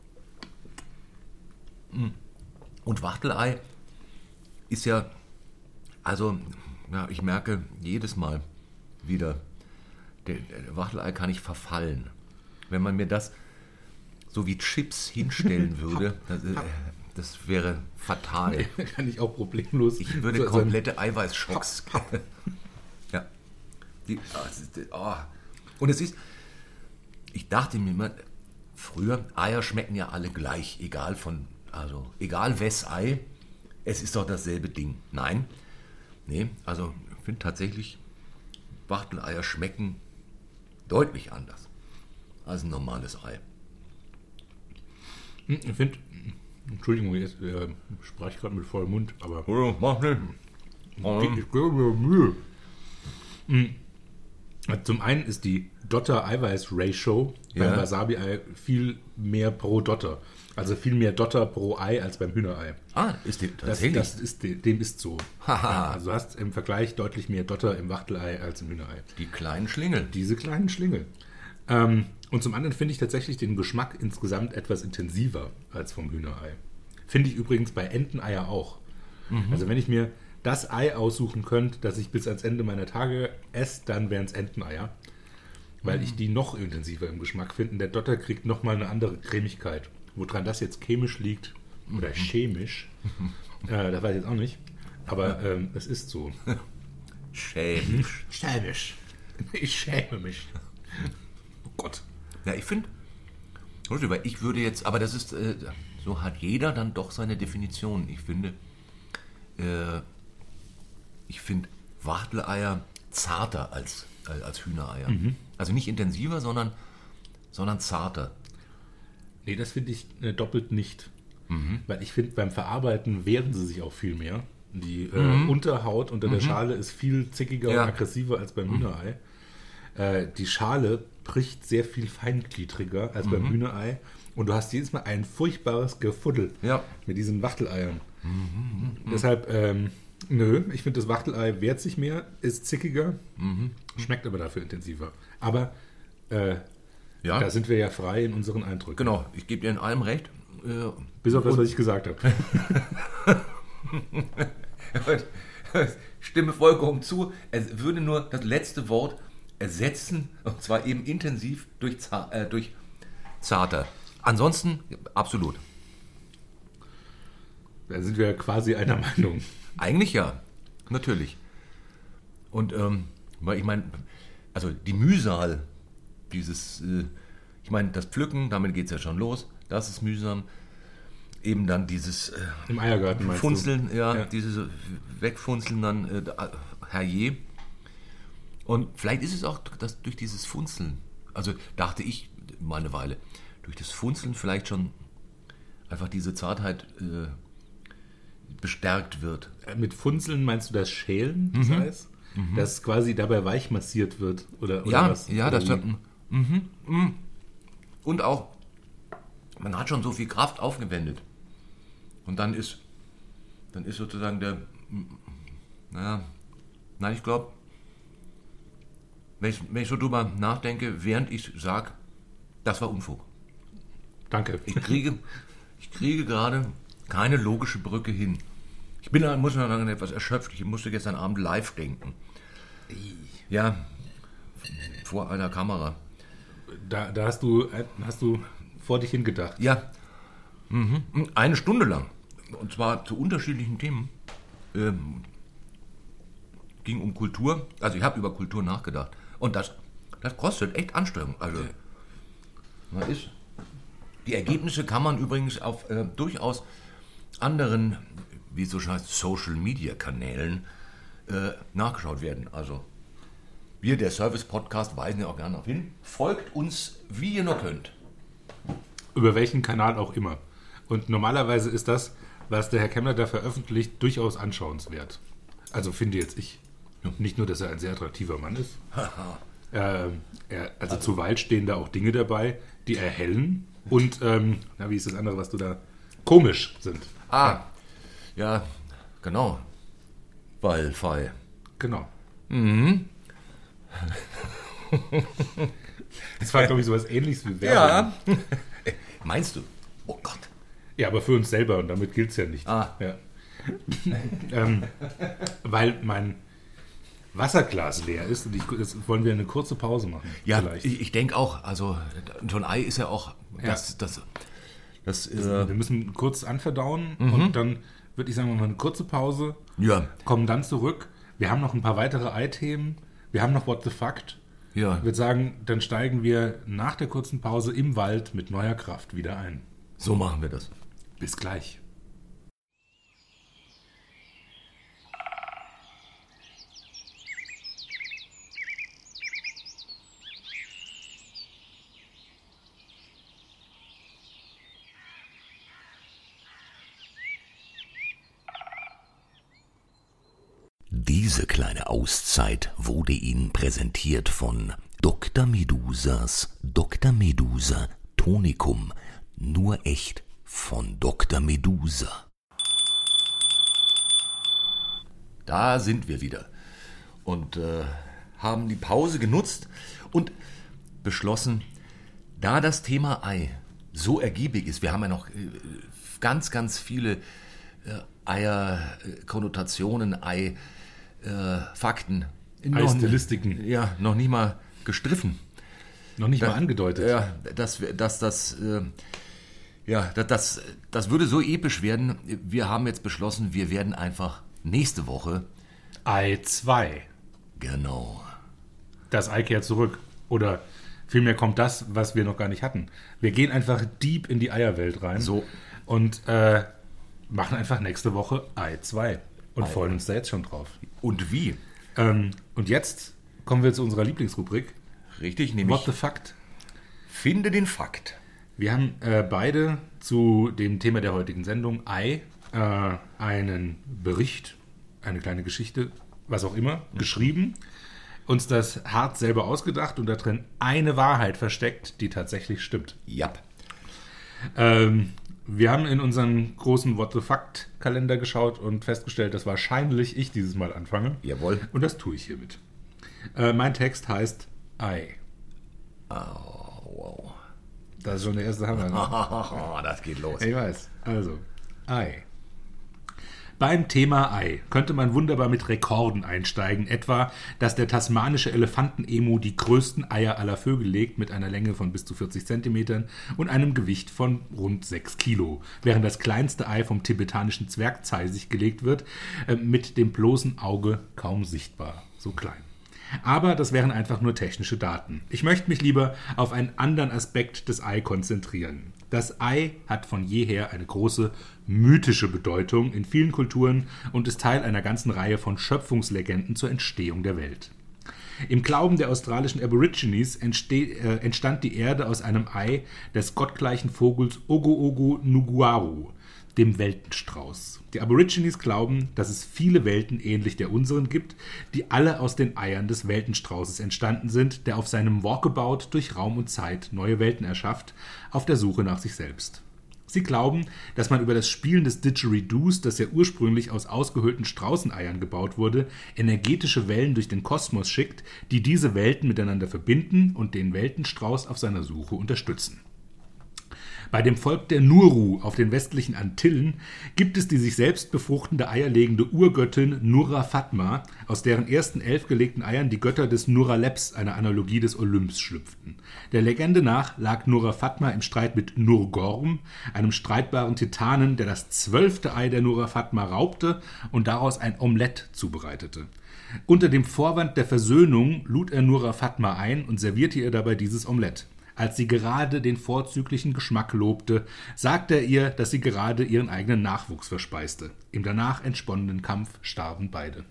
Und Wachtelei ist ja, also, ja, ich merke jedes Mal wieder, der, der Wachtelei kann ich verfallen. Wenn man mir das so wie Chips hinstellen würde, das, äh, das wäre fatal. Kann ich auch problemlos. Ich würde so- so- komplette Eiweißschocks. Ja. Die, ah, es ist, oh. Und es ist, ich dachte mir immer, früher, Eier schmecken ja alle gleich, egal von, also egal wes Ei, es ist doch dasselbe Ding. Nein, nee, also ich finde tatsächlich, Wachteleier schmecken deutlich anders als ein normales Ei. Hm, Ich finde, Entschuldigung, jetzt äh, sprach ich gerade mit vollem Mund, aber Ja, mach nicht. ich, ich gebe mir Mühe. Hm. Zum einen ist die Dotter-Eiweiß-Ratio Ja. beim Wasabi-Ei viel mehr pro Dotter. Also viel mehr Dotter pro Ei als beim Hühnerei. Ah, ist die Das, tatsächlich? das ist, de- dem ist so. Haha. Ja, also du hast im Vergleich deutlich mehr Dotter im Wachtelei als im Hühnerei. die kleinen Schlingel. Diese kleinen Schlingel. Ähm, und zum anderen finde ich tatsächlich den Geschmack insgesamt etwas intensiver als vom Hühnerei. Finde ich übrigens bei Enteneier auch. Also wenn ich mir das Ei aussuchen könnte, das ich bis ans Ende meiner Tage esse, dann wären es Enteneier. Weil ich die noch intensiver im Geschmack finde. Der Dotter kriegt nochmal eine andere Cremigkeit. Woran das jetzt chemisch liegt oder chemisch, äh, das weiß ich jetzt auch nicht. Aber ähm, es ist so. Schämisch. Chemisch. Ich schäme mich. Oh Gott. Ja, ich finde, weil ich würde jetzt, aber das ist, äh, so hat jeder dann doch seine Definition. Ich finde, äh, ich finde Wachteleier zarter als, als, als Hühnereier. Also nicht intensiver, sondern, sondern zarter. Nee, das finde ich äh, doppelt nicht. Weil ich finde, beim Verarbeiten wehren sie sich auch viel mehr. Die äh, Unterhaut unter der Schale ist viel zickiger Ja. und aggressiver als beim Hühnerei. Äh, die Schale bricht sehr viel feingliedriger als beim Hühnerei. Und du hast jedes Mal ein furchtbares Gefuddel Ja. mit diesen Wachteleiern. Deshalb, ähm, nö, ich finde, das Wachtelei wehrt sich mehr, ist zickiger, schmeckt aber dafür intensiver. Aber äh, Ja, da sind wir ja frei in unseren Eindrücken. genau. Ich gebe dir in allem recht. Äh, Bis auf das, was ich gesagt habe. Stimme vollkommen zu. Es würde nur das letzte Wort ersetzen, und zwar eben intensiv durch, zar äh, durch zarter. Ansonsten absolut. Da sind wir ja quasi einer Meinung. Eigentlich ja, natürlich. Und ähm, weil ich meine, also die Mühsal, dieses, äh, ich meine, das Pflücken, damit geht es ja schon los, das ist mühsam. Eben dann dieses äh, Im Eiergarten meinst Funzeln, ja, Ja. dieses Wegfunzeln dann, äh, da- herrje. Und vielleicht ist es auch das, durch dieses Funzeln, also dachte ich mal eine Weile, durch das Funzeln vielleicht schon einfach diese Zartheit äh, bestärkt wird. du? Mit Funzeln meinst du das Schälen des Eis? Dass es quasi dabei weich massiert wird? Oder, oder Ja, was? ja, Oder das wie? hat, mhm, mhm. Und auch, man hat schon so viel Kraft aufgewendet. Und dann ist dann ist sozusagen der, naja, nein, ich glaube, wenn ich, wenn ich so drüber nachdenke, während ich sage, das war Unfug. Danke. Ich kriege, ich kriege gerade keine logische Brücke hin. Ich bin, muss man sagen, etwas erschöpft. Ich musste gestern Abend live denken. Ja, vor einer Kamera. Da, da hast du, hast du vor dich hingedacht. Ja, mhm. Eine Stunde lang. Und zwar zu unterschiedlichen Themen. Ähm, ging um Kultur. Also ich habe über Kultur nachgedacht. Und das, das kostet echt Anstrengung. Also, man ist, die Ergebnisse kann man übrigens auf äh, durchaus anderen, wie es so schön heißt, Social-Media-Kanälen äh, nachgeschaut werden. Also wir, der Service-Podcast, weisen ja auch gerne darauf hin. Folgt uns, wie ihr nur könnt. Über welchen Kanal auch immer. Und normalerweise ist das, was der Herr Kemmler da veröffentlicht, durchaus anschauenswert. Also finde jetzt ich. Nicht nur, dass er ein sehr attraktiver Mann ist. äh, er, also, also zuweilen stehen da auch Dinge dabei, die erhellen und, ähm, na, wie ist das andere, was du da, komisch sind. Ah, ja, ja genau. Weil, Fall. Genau. Mhm. Das war, glaube ich, sowas Ähnliches wie Werbung. Ja. Meinst du? Oh Gott. Ja, aber für uns selber und damit gilt es ja nicht. Ah. Ja. ähm, weil mein Wasserglas leer ist und ich, das wollen wir eine kurze Pause machen. Ja, vielleicht. ich, ich denke auch, also so ein Ei ist ja auch, das, ja. das, das, das äh, äh, wir müssen kurz anverdauen mhm. und dann würde ich sagen, wir machen eine kurze Pause, ja. kommen dann zurück. Wir haben noch ein paar weitere Ei-Themen, wir haben noch What the Fact. Ja. Ich würde sagen, dann steigen wir nach der kurzen Pause im Wald mit neuer Kraft wieder ein. So machen wir das. Bis gleich. Diese kleine Auszeit wurde Ihnen präsentiert von Doktor Medusas Doktor Medusa Tonikum. Nur echt von Doktor Medusa. Da sind wir wieder und äh, haben die Pause genutzt und beschlossen, da das Thema Ei so ergiebig ist, wir haben ja noch äh, ganz, ganz viele äh, Eier, äh, Konnotationen, Ei, äh, Fakten. Ei-Stilistiken. Ja, noch nicht mal gestriffen. Noch nicht Da, mal angedeutet. Ja, dass dass das, äh, ja, das, das, das würde so episch werden. Wir haben jetzt beschlossen, wir werden einfach nächste Woche. Ei zwei. Genau. Das Ei kehrt zurück. Oder vielmehr kommt das, was wir noch gar nicht hatten. Wir gehen einfach deep in die Eierwelt rein. So. Und äh, machen einfach nächste Woche Ei zwei. Und Ei. freuen uns da jetzt schon drauf. Und wie? Ähm, und jetzt kommen wir zu unserer Lieblingsrubrik. Richtig, nämlich What the Fact. finde den Fakt. Wir haben äh, beide zu dem Thema der heutigen Sendung Ei äh, einen Bericht, eine kleine Geschichte, was auch immer, geschrieben, uns das hart selber ausgedacht und da drin eine Wahrheit versteckt, die tatsächlich stimmt. Ja. Ähm, wir haben in unseren großen What the Fact-Kalender geschaut und festgestellt, dass wahrscheinlich ich dieses Mal anfange. Jawohl. Und das tue ich hiermit. Äh, mein Text heißt Ei. Oh, wow. Das ist schon der erste Hammer. Ne? Das geht los. Ich weiß. Also, Ei. Beim Thema Ei könnte man wunderbar mit Rekorden einsteigen, etwa, dass der tasmanische Elefantenemu die größten Eier aller Vögel legt mit einer Länge von bis zu vierzig Zentimetern und einem Gewicht von rund sechs Kilo, während das kleinste Ei vom tibetanischen Zwergzeisig gelegt wird, äh, mit dem bloßen Auge kaum sichtbar, so klein. Aber das wären einfach nur technische Daten. Ich möchte mich lieber auf einen anderen Aspekt des Ei konzentrieren. Das Ei hat von jeher eine große mythische Bedeutung in vielen Kulturen und ist Teil einer ganzen Reihe von Schöpfungslegenden zur Entstehung der Welt. Im Glauben der australischen Aborigines entste- äh, entstand die Erde aus einem Ei des gottgleichen Vogels Ogo-Ogo-Nuguaru, dem Weltenstrauß. Die Aborigines glauben, dass es viele Welten ähnlich der unseren gibt, die alle aus den Eiern des Weltenstraußes entstanden sind, der auf seinem Walkabout durch Raum und Zeit neue Welten erschafft, auf der Suche nach sich selbst. Sie glauben, dass man über das Spielen des Didgeridoos, das ja ursprünglich aus ausgehöhlten Straußeneiern gebaut wurde, energetische Wellen durch den Kosmos schickt, die diese Welten miteinander verbinden und den Weltenstrauß auf seiner Suche unterstützen. Bei dem Volk der Nuru auf den westlichen Antillen gibt es die sich selbst befruchtende eierlegende Urgöttin Nura Fatma, aus deren ersten elf gelegten Eiern die Götter des Nuraleps, einer Analogie des Olymps, schlüpften. Der Legende nach lag Nura Fatma im Streit mit Nurgorm, einem streitbaren Titanen, der das zwölfte Ei der Nura Fatma raubte und daraus ein Omelett zubereitete. Unter dem Vorwand der Versöhnung lud er Nura Fatma ein und servierte ihr dabei dieses Omelett. Als sie gerade den vorzüglichen Geschmack lobte, sagte er ihr, dass sie gerade ihren eigenen Nachwuchs verspeiste. Im danach entsponnenen Kampf starben beide.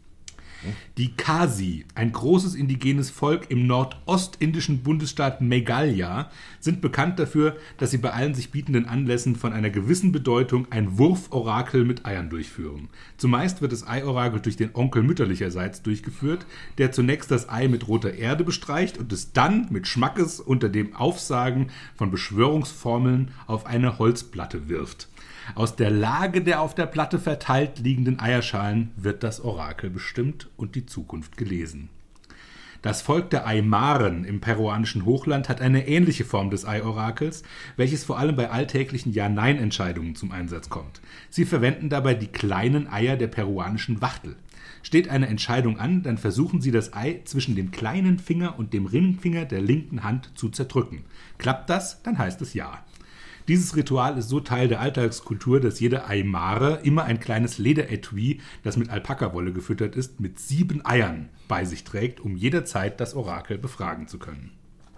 Die Khasi, ein großes indigenes Volk im nordostindischen Bundesstaat Meghalaya, sind bekannt dafür, dass sie bei allen sich bietenden Anlässen von einer gewissen Bedeutung ein Wurforakel mit Eiern durchführen. Zumeist wird das Eiorakel durch den Onkel mütterlicherseits durchgeführt, der zunächst das Ei mit roter Erde bestreicht und es dann mit Schmackes unter dem Aufsagen von Beschwörungsformeln auf eine Holzplatte wirft. Aus der Lage der auf der Platte verteilt liegenden Eierschalen wird das Orakel bestimmt und die Zukunft gelesen. Das Volk der Aymaren im peruanischen Hochland hat eine ähnliche Form des Eiorakels, welches vor allem bei alltäglichen Ja-Nein-Entscheidungen zum Einsatz kommt. Sie verwenden dabei die kleinen Eier der peruanischen Wachtel. Steht eine Entscheidung an, dann versuchen sie das Ei zwischen dem kleinen Finger und dem Ringfinger der linken Hand zu zerdrücken. Klappt das, dann heißt es Ja. Dieses Ritual ist so Teil der Alltagskultur, dass jede Aymare immer ein kleines Lederetui, das mit Alpakawolle gefüttert ist, mit sieben Eiern bei sich trägt, um jederzeit das Orakel befragen zu können.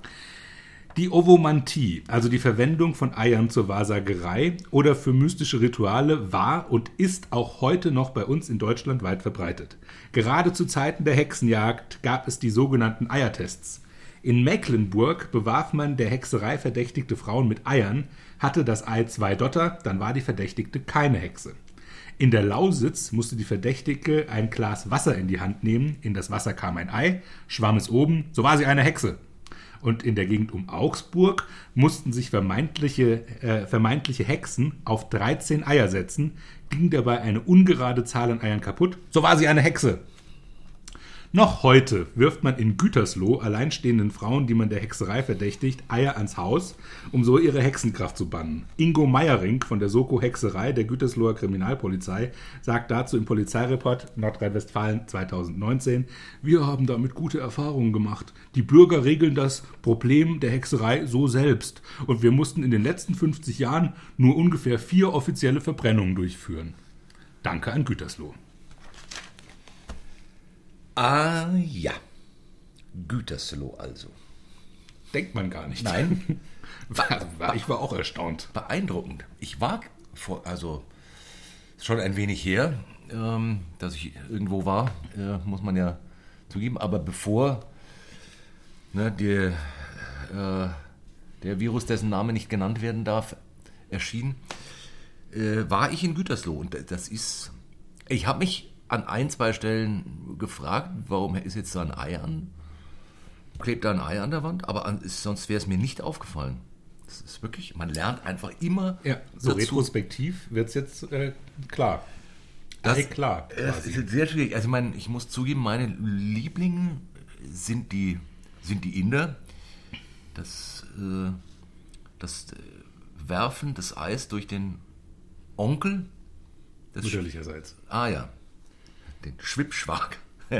Die Ovomantie, also die Verwendung von Eiern zur Wahrsagerei oder für mystische Rituale, war und ist auch heute noch bei uns in Deutschland weit verbreitet. Gerade zu Zeiten der Hexenjagd gab es die sogenannten Eiertests. In Mecklenburg bewarf man der Hexerei verdächtigte Frauen mit Eiern, hatte das Ei zwei Dotter, dann war die Verdächtigte keine Hexe. In der Lausitz musste die Verdächtige ein Glas Wasser in die Hand nehmen, in das Wasser kam ein Ei, schwamm es oben, so war sie eine Hexe. Und in der Gegend um Augsburg mussten sich vermeintliche, äh, vermeintliche Hexen auf dreizehn Eier setzen, ging dabei eine ungerade Zahl an Eiern kaputt, so war sie eine Hexe. Noch heute wirft man in Gütersloh alleinstehenden Frauen, die man der Hexerei verdächtigt, Eier ans Haus, um so ihre Hexenkraft zu bannen. Ingo Meyering von der Soko Hexerei der Gütersloher Kriminalpolizei sagt dazu im Polizeireport Nordrhein-Westfalen zweitausendneunzehn: Wir haben damit gute Erfahrungen gemacht. Die Bürger regeln das Problem der Hexerei so selbst. Und wir mussten in den letzten fünfzig Jahren nur ungefähr vier offizielle Verbrennungen durchführen. Danke an Gütersloh. Ah ja, Gütersloh also. Denkt man gar nicht. Nein, war, war, ich war auch erstaunt. Beeindruckend. Ich war vor, also schon ein wenig her, ähm, dass ich irgendwo war, äh, muss man ja zugeben. Aber bevor ne, die, äh, der Virus, dessen Name nicht genannt werden darf, erschien, äh, war ich in Gütersloh. Und das ist, ich habe mich an ein, zwei Stellen gefragt, warum ist jetzt da ein Ei an? Klebt da ein Ei an der Wand? Aber an, sonst wäre es mir nicht aufgefallen. Das ist wirklich, man lernt einfach immer. Ja, so dazu. Retrospektiv wird es jetzt äh, klar. Das Ei klar. Das ist sehr schwierig. Also ich, meine, ich muss zugeben, meine Lieblinge sind die, sind die Inder. Das, äh, das Werfen des Eis durch den Onkel. Das Mütterlicherseits. Ah ja. Den Schwippschwag.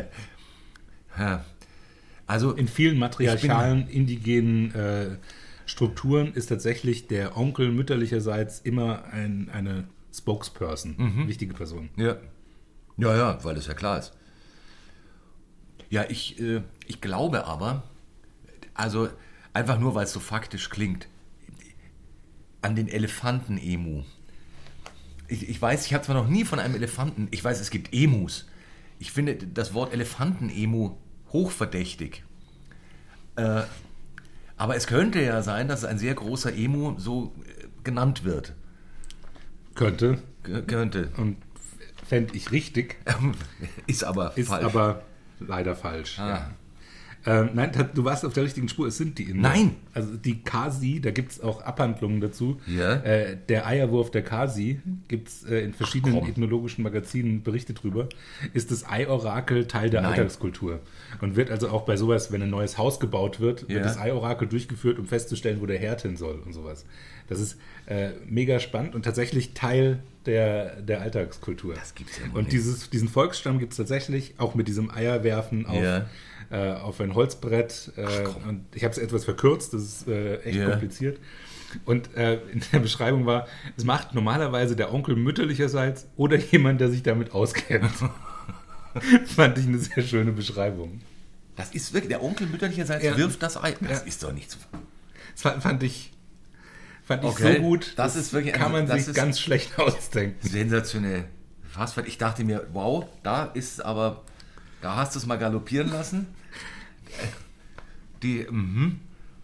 Also in vielen matriarchalen, indigenen äh, Strukturen ist tatsächlich der Onkel mütterlicherseits immer ein, eine Spokesperson, mhm. wichtige Person. Ja. ja, ja, weil das ja klar ist. Ja, ich, äh, ich glaube aber, also einfach nur, weil es so faktisch klingt, an den Elefanten-Emu. Ich, ich weiß, ich habe zwar noch nie von einem Elefanten, ich weiß, es gibt Emus. Ich finde das Wort Elefanten-Emu hochverdächtig. Äh, aber es könnte ja sein, dass ein sehr großer Emu so genannt wird. Könnte. K- könnte. Und fände ich richtig. Ist aber ist falsch. aber leider falsch. Ah. Ja. Ähm, nein, du warst auf der richtigen Spur, es sind die Inder. Nein! Also die Kasi, da gibt es auch Abhandlungen dazu. Ja. Äh, der Eierwurf der Kasi, gibt es äh, in verschiedenen Ach, ethnologischen Magazinen Berichte drüber, ist das Eiorakel Teil der Nein. Alltagskultur. Und wird also auch bei sowas, wenn ein neues Haus gebaut wird, wird Ja. das Eiorakel durchgeführt, um festzustellen, wo der Herd hin soll und sowas. Das ist äh, mega spannend und tatsächlich Teil der, der Alltagskultur. Das gibt's ja noch Und nicht. dieses, diesen Volksstamm gibt es tatsächlich, auch mit diesem Eierwerfen auf, Ja. äh, auf ein Holzbrett. Äh, und ich habe es etwas verkürzt, das ist äh, echt Ja. kompliziert. Und äh, in der Beschreibung war, es macht normalerweise der Onkel mütterlicherseits oder jemand, der sich damit auskennt. Fand ich eine sehr schöne Beschreibung. Das ist wirklich, der Onkel mütterlicherseits Ja. wirft das Ei. Das Ja. ist doch nicht so. Das fand, fand ich, fand ich Okay, so gut, das ist wirklich- kann man das sich ist- ganz schlecht ausdenken. Sensationell. Fast, ich dachte mir, wow, da ist aber, da hast du es mal galoppieren lassen. Die, mhm.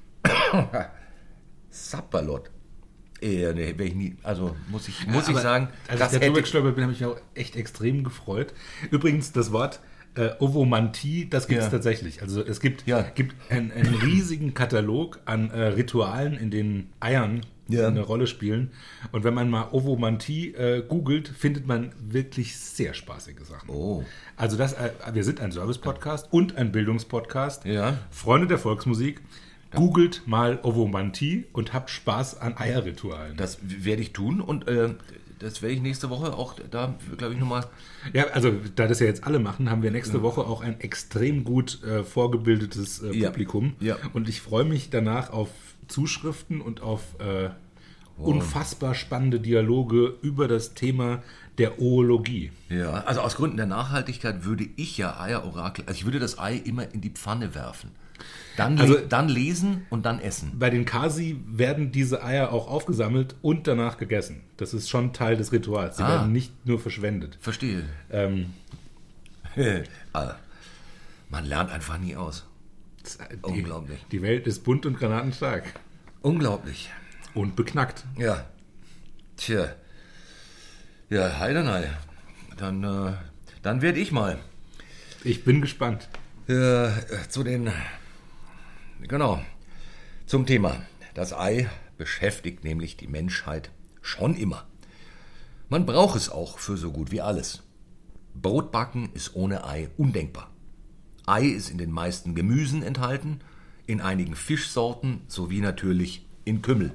Sapperlot. Äh, nee, wär ich nie, also muss ich, muss ich Aber sagen, als das ich darüber hätte, gestolpert bin, habe ich mich auch echt extrem gefreut. Übrigens, das Wort äh, Ovomantie, das gibt es Ja. tatsächlich. Also es gibt, Ja. gibt einen, einen riesigen Katalog an äh, Ritualen, in denen Eiern Ja. eine Rolle spielen. Und wenn man mal Ovomantie äh, googelt, findet man wirklich sehr spaßige Sachen. Oh. Also das, äh, wir sind ein Service-Podcast und ein Bildungspodcast. Ja. Freunde der Volksmusik, googelt mal Ovomantie und habt Spaß an Eierritualen. das werde ich tun und äh, das werde ich nächste Woche auch, da glaube ich nochmal, Ja, also da das ja jetzt alle machen, haben wir nächste Woche auch ein extrem gut äh, vorgebildetes äh, Ja. Publikum. Ja. Und ich freue mich danach auf Zuschriften und auf äh, unfassbar spannende Dialoge über das Thema der Oologie. ja, also aus Gründen der Nachhaltigkeit würde ich ja Eierorakel, also ich würde das Ei immer in die Pfanne werfen. Dann, Also- le- dann lesen und dann essen. Bei den Kasi werden diese Eier auch aufgesammelt und danach gegessen. Das ist schon Teil des Rituals. Sie Ah. werden nicht nur verschwendet. Verstehe. Ähm, Ah, man lernt einfach nie aus. das- die, Unglaublich. Die Welt ist bunt und granatenstark. Unglaublich. Und beknackt. Ja. Tja. Ja, Heidenei. Dann, äh, dann werde ich mal Ich bin gespannt. äh, zu den, genau, zum Thema. Das Ei beschäftigt nämlich die Menschheit schon immer. Man braucht es auch für so gut wie alles. Brotbacken ist ohne Ei undenkbar. Ei ist in den meisten Gemüsen enthalten, in einigen Fischsorten sowie natürlich in Kümmel.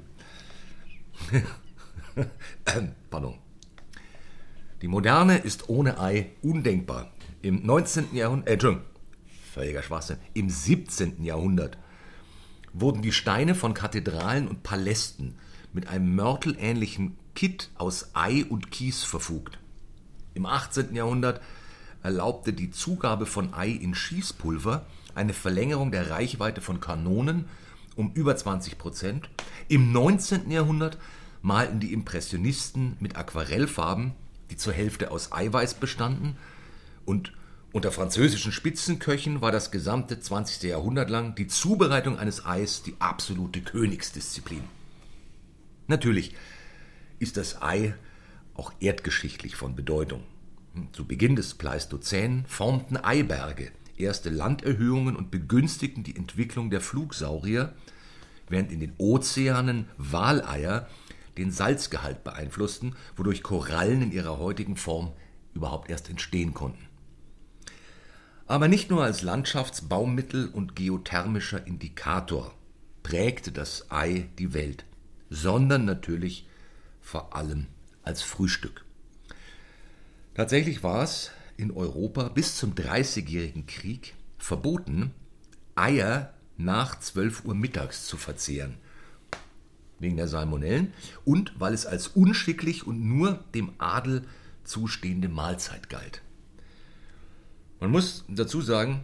Pardon. Die Moderne ist ohne Ei undenkbar. Im neunzehnten. Jahrhundert, äh, Entschuldigung, völliger Schwachsinn, im siebzehnten. Jahrhundert wurden die Steine von Kathedralen und Palästen mit einem mörtelähnlichen Kitt aus Ei und Kies verfugt. Im achtzehnten. Jahrhundert erlaubte die Zugabe von Ei in Schießpulver eine Verlängerung der Reichweite von Kanonen um über zwanzig Prozent. Im neunzehnten. Jahrhundert malten die Impressionisten mit Aquarellfarben, die zur Hälfte aus Eiweiß bestanden, und unter französischen Spitzenköchen war das gesamte zwanzigste. Jahrhundert lang die Zubereitung eines Eis die absolute Königsdisziplin. Natürlich ist das Ei auch erdgeschichtlich von Bedeutung. Zu Beginn des Pleistozän formten Eiberge erste Landerhöhungen und begünstigten die Entwicklung der Flugsaurier, während in den Ozeanen Waleier den Salzgehalt beeinflussten, wodurch Korallen in ihrer heutigen Form überhaupt erst entstehen konnten. Aber nicht nur als Landschaftsbaumittel und geothermischer Indikator prägte das Ei die Welt, sondern natürlich vor allem als Frühstück. Tatsächlich war es in Europa bis zum Dreißigjährigen Krieg verboten, Eier nach zwölf Uhr mittags zu verzehren, wegen der Salmonellen und weil es als unschicklich und nur dem Adel zustehende Mahlzeit galt. Man muss dazu sagen,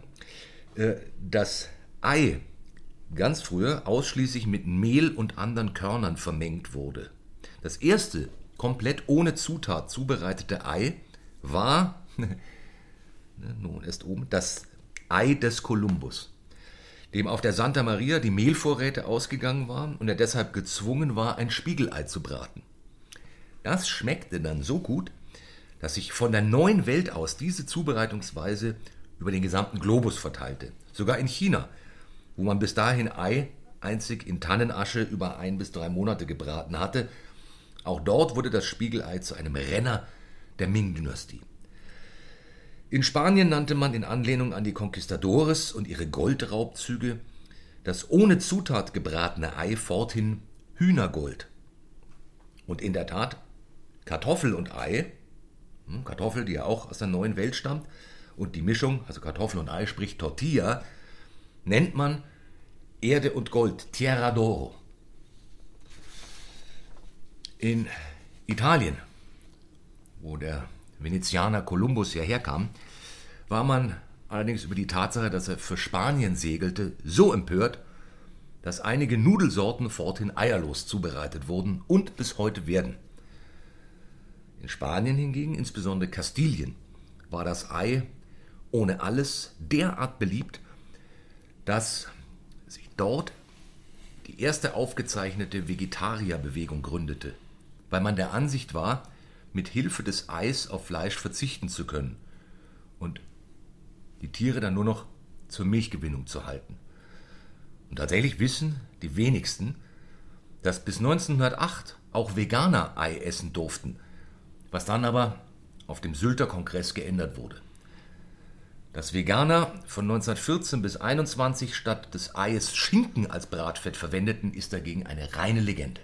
das Ei ganz früher ausschließlich mit Mehl und anderen Körnern vermengt wurde. Das erste komplett ohne Zutat zubereitete Ei war, nun erst oben, das Ei des Kolumbus, dem auf der Santa Maria die Mehlvorräte ausgegangen waren und er deshalb gezwungen war, ein Spiegelei zu braten. Das schmeckte dann so gut, dass sich von der neuen Welt aus diese Zubereitungsweise über den gesamten Globus verteilte. Sogar in China, wo man bis dahin Ei einzig in Tannenasche über ein bis drei Monate gebraten hatte. Auch dort wurde das Spiegelei zu einem Renner der Ming-Dynastie. In Spanien nannte man in Anlehnung an die Conquistadores und ihre Goldraubzüge das ohne Zutat gebratene Ei forthin Hühnergold. Und in der Tat, Kartoffel und Ei, Kartoffel, die ja auch aus der neuen Welt stammt, und die Mischung, also Kartoffel und Ei, sprich Tortilla, nennt man Erde und Gold, Tierra d'Oro. In Italien, wo der Venezianer Kolumbus ja herkam, war man allerdings über die Tatsache, dass er für Spanien segelte, so empört, dass einige Nudelsorten forthin eierlos zubereitet wurden und bis heute werden. In Spanien hingegen, insbesondere Kastilien, war das Ei ohne alles derart beliebt, dass sich dort die erste aufgezeichnete Vegetarierbewegung gründete, weil man der Ansicht war, mit Hilfe des Eis auf Fleisch verzichten zu können und die Tiere dann nur noch zur Milchgewinnung zu halten. Und tatsächlich wissen die wenigsten, dass bis neunzehnhundertacht auch Veganer Ei essen durften, was dann aber auf dem Sylter Kongress geändert wurde. Dass Veganer von neunzehnhundertvierzehn bis einundzwanzig statt des Eies Schinken als Bratfett verwendeten, ist dagegen eine reine Legende.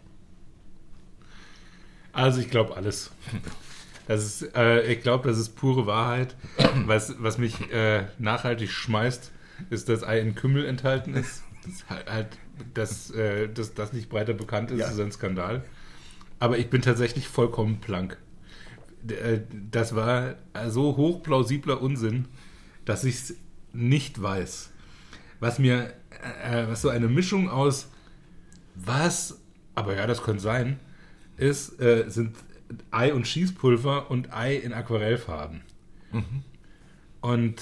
Also ich glaube alles. Das ist, äh, ich glaube, das ist pure Wahrheit. Was, was mich äh, nachhaltig schmeißt, ist, dass Ei in Kümmel enthalten ist. Das halt, halt, dass äh, das, das nicht breiter bekannt ist, ja. ist ein Skandal. Aber ich bin tatsächlich vollkommen blank. Das war so hochplausibler Unsinn, dass ich es nicht weiß. Was mir, äh, was so eine Mischung aus was, aber ja, das könnte sein, ist, äh, sind Ei und Schießpulver und Ei in Aquarellfarben. Mhm. Und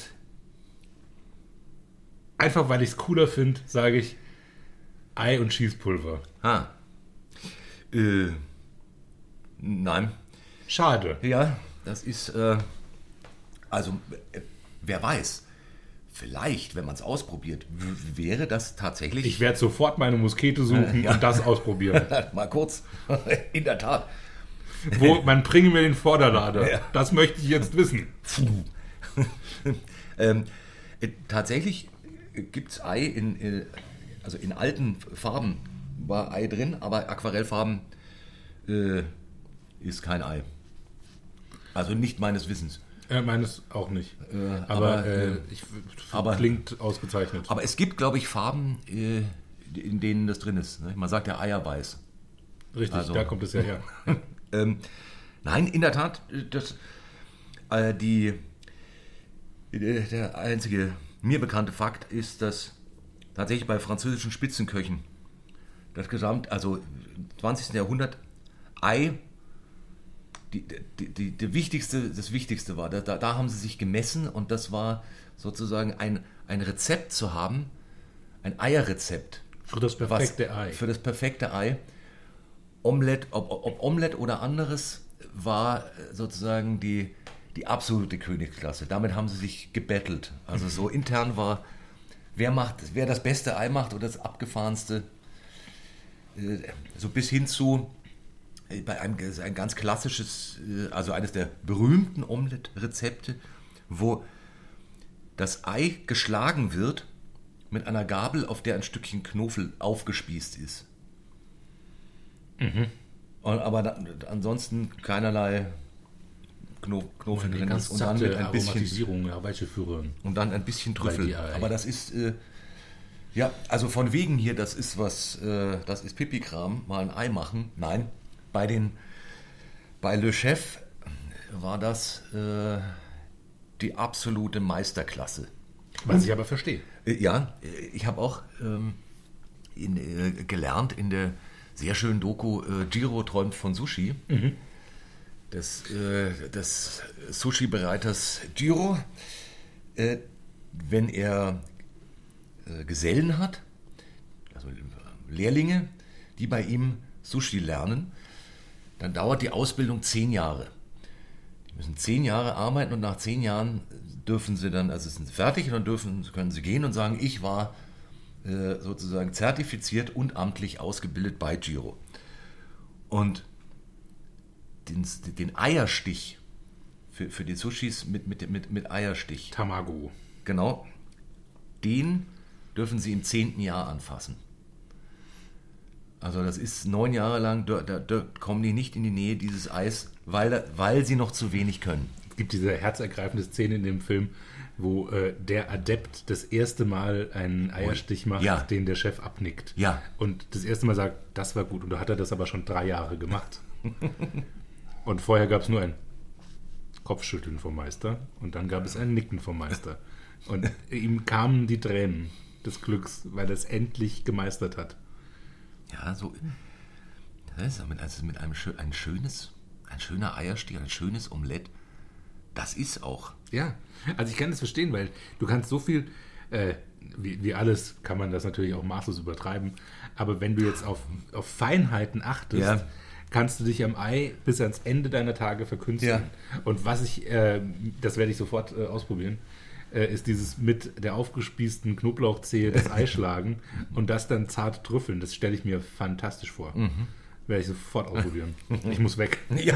einfach weil ich es cooler finde, sage ich Ei und Schießpulver. Ah. Äh, nein. Schade. Ja, das ist, äh, also, äh, wer weiß, vielleicht, wenn man es ausprobiert, w- wäre das tatsächlich... Ich werde sofort meine Muskete suchen äh, ja. und das ausprobieren. Mal kurz, in der Tat. Wo, man bringe mir den Vorderlader. Ja. Das möchte ich jetzt wissen. ähm, äh, tatsächlich gibt es Ei in, äh, also in alten Farben war Ei drin, aber Aquarellfarben äh, ist kein Ei. Also nicht meines Wissens. Äh, meines auch nicht. Äh, aber aber, äh, äh, ich, aber klingt ausgezeichnet. Aber es gibt, glaube ich, Farben, äh, in denen das drin ist. Ne? Man sagt ja Eierweiß. Richtig, also, da kommt es ja her. ähm, nein, in der Tat, das, äh, die, der einzige mir bekannte Fakt ist, dass tatsächlich bei französischen Spitzenköchen das Gesamt, also im zwanzigsten Jahrhundert, Ei Die, die, die, die wichtigste, das Wichtigste war, da, da haben sie sich gemessen und das war sozusagen ein, ein Rezept zu haben, ein Eierrezept. Für das perfekte was, Ei. Für das perfekte Ei. Omelette, ob, ob Omelette oder anderes, war sozusagen die, die absolute Königsklasse. Damit haben sie sich gebettelt. Also so intern war, wer, macht, wer das beste Ei macht oder das abgefahrenste, so bis hin zu bei einem ein ganz klassisches, also eines der berühmten Omelette-Rezepte, wo das Ei geschlagen wird mit einer Gabel, auf der ein Stückchen Knofel aufgespießt ist. Mhm. Aber da, ansonsten keinerlei Kno, Knofel drin ist. Und dann mit ein bisschen herbeizuführen. Und dann ein bisschen Trüffel. Aber das ist, äh, ja, also von wegen hier, das ist was, äh, das ist Pipi-Kram, mal ein Ei machen. Nein. Bei den, bei Le Chef war das äh, die absolute Meisterklasse. Was ich aber verstehe. Äh, ja, ich habe auch ähm, in, äh, gelernt in der sehr schönen Doku äh, Jiro träumt von Sushi. Mhm. Des, äh, des Sushi-Bereiters Jiro, äh, wenn er äh, Gesellen hat, also Lehrlinge, die bei ihm Sushi lernen, dann dauert die Ausbildung zehn Jahre. müssen zehn Jahre arbeiten und nach zehn Jahren dürfen sie dann, also sind sie fertig und dann dürfen, können sie gehen und sagen, ich war äh, sozusagen zertifiziert und amtlich ausgebildet bei Giro. Und den, den Eierstich für, für die Sushis mit, mit, mit, mit Eierstich. Tamago. Genau. Den dürfen sie im zehnten Jahr anfassen. Also das ist neun Jahre lang, da, da, da kommen die nicht in die Nähe dieses Eis, weil, weil sie noch zu wenig können. Es gibt diese herzergreifende Szene in dem Film, wo äh, der Adept das erste Mal einen Eierstich macht, ja. den der Chef abnickt. Ja. Und das erste Mal sagt, das war gut. Und da hat er das aber schon drei Jahre gemacht. Und vorher gab es nur ein Kopfschütteln vom Meister und dann gab es ein Nicken vom Meister. Und ihm kamen die Tränen des Glücks, weil er es endlich gemeistert hat. Ja, so. Das ist mit, also mit einem ein schönes, ein schöner Eierstich, ein schönes Omelett. Das ist auch. Ja, also ich kann das verstehen, weil du kannst so viel, äh, wie, wie alles kann man das natürlich auch maßlos übertreiben, aber wenn du jetzt auf, auf Feinheiten achtest, ja. kannst du dich am Ei bis ans Ende deiner Tage verkünsteln. Ja. Und was ich, äh, das werde ich sofort äh, ausprobieren, äh, ist dieses mit der aufgespießten Knoblauchzehe das Ei schlagen und das dann zart trüffeln. Das stelle ich mir fantastisch vor. Mhm. Werde ich sofort ausprobieren. Ich muss weg. Ja.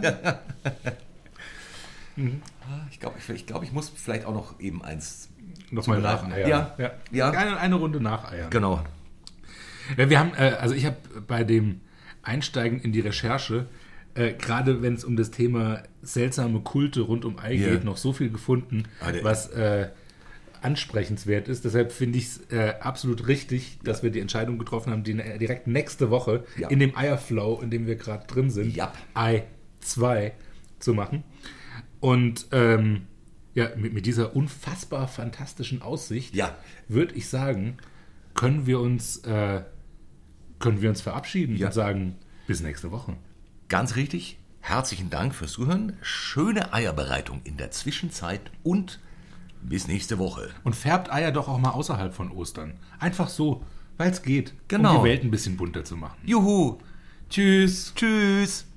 mhm. Ich glaube, ich, ich, glaub, ich muss vielleicht auch noch eben eins nochmal nacheiern. Ja. Ja. Ja. Eine, eine Runde nacheiern. Genau. Wir haben, äh, also ich habe bei dem Einsteigen in die Recherche, äh, gerade wenn es um das Thema seltsame Kulte rund um Ei yeah. geht, noch so viel gefunden, Alter, was äh, ansprechenswert ist. Deshalb finde ich es äh, absolut richtig, dass wir die Entscheidung getroffen haben, die direkt nächste Woche ja. in dem Eierflow, in dem wir gerade drin sind, ja. Ei zwei zu machen. Und ähm, ja, mit, mit dieser unfassbar fantastischen Aussicht ja. würde ich sagen, können wir uns äh, können wir uns verabschieden ja. und sagen, bis nächste Woche. Ganz richtig. Herzlichen Dank fürs Zuhören. Schöne Eierbereitung in der Zwischenzeit und bis nächste Woche. Und färbt Eier doch auch mal außerhalb von Ostern. Einfach so, weil es geht. Genau. Um die Welt ein bisschen bunter zu machen. Juhu. Tschüss. Tschüss.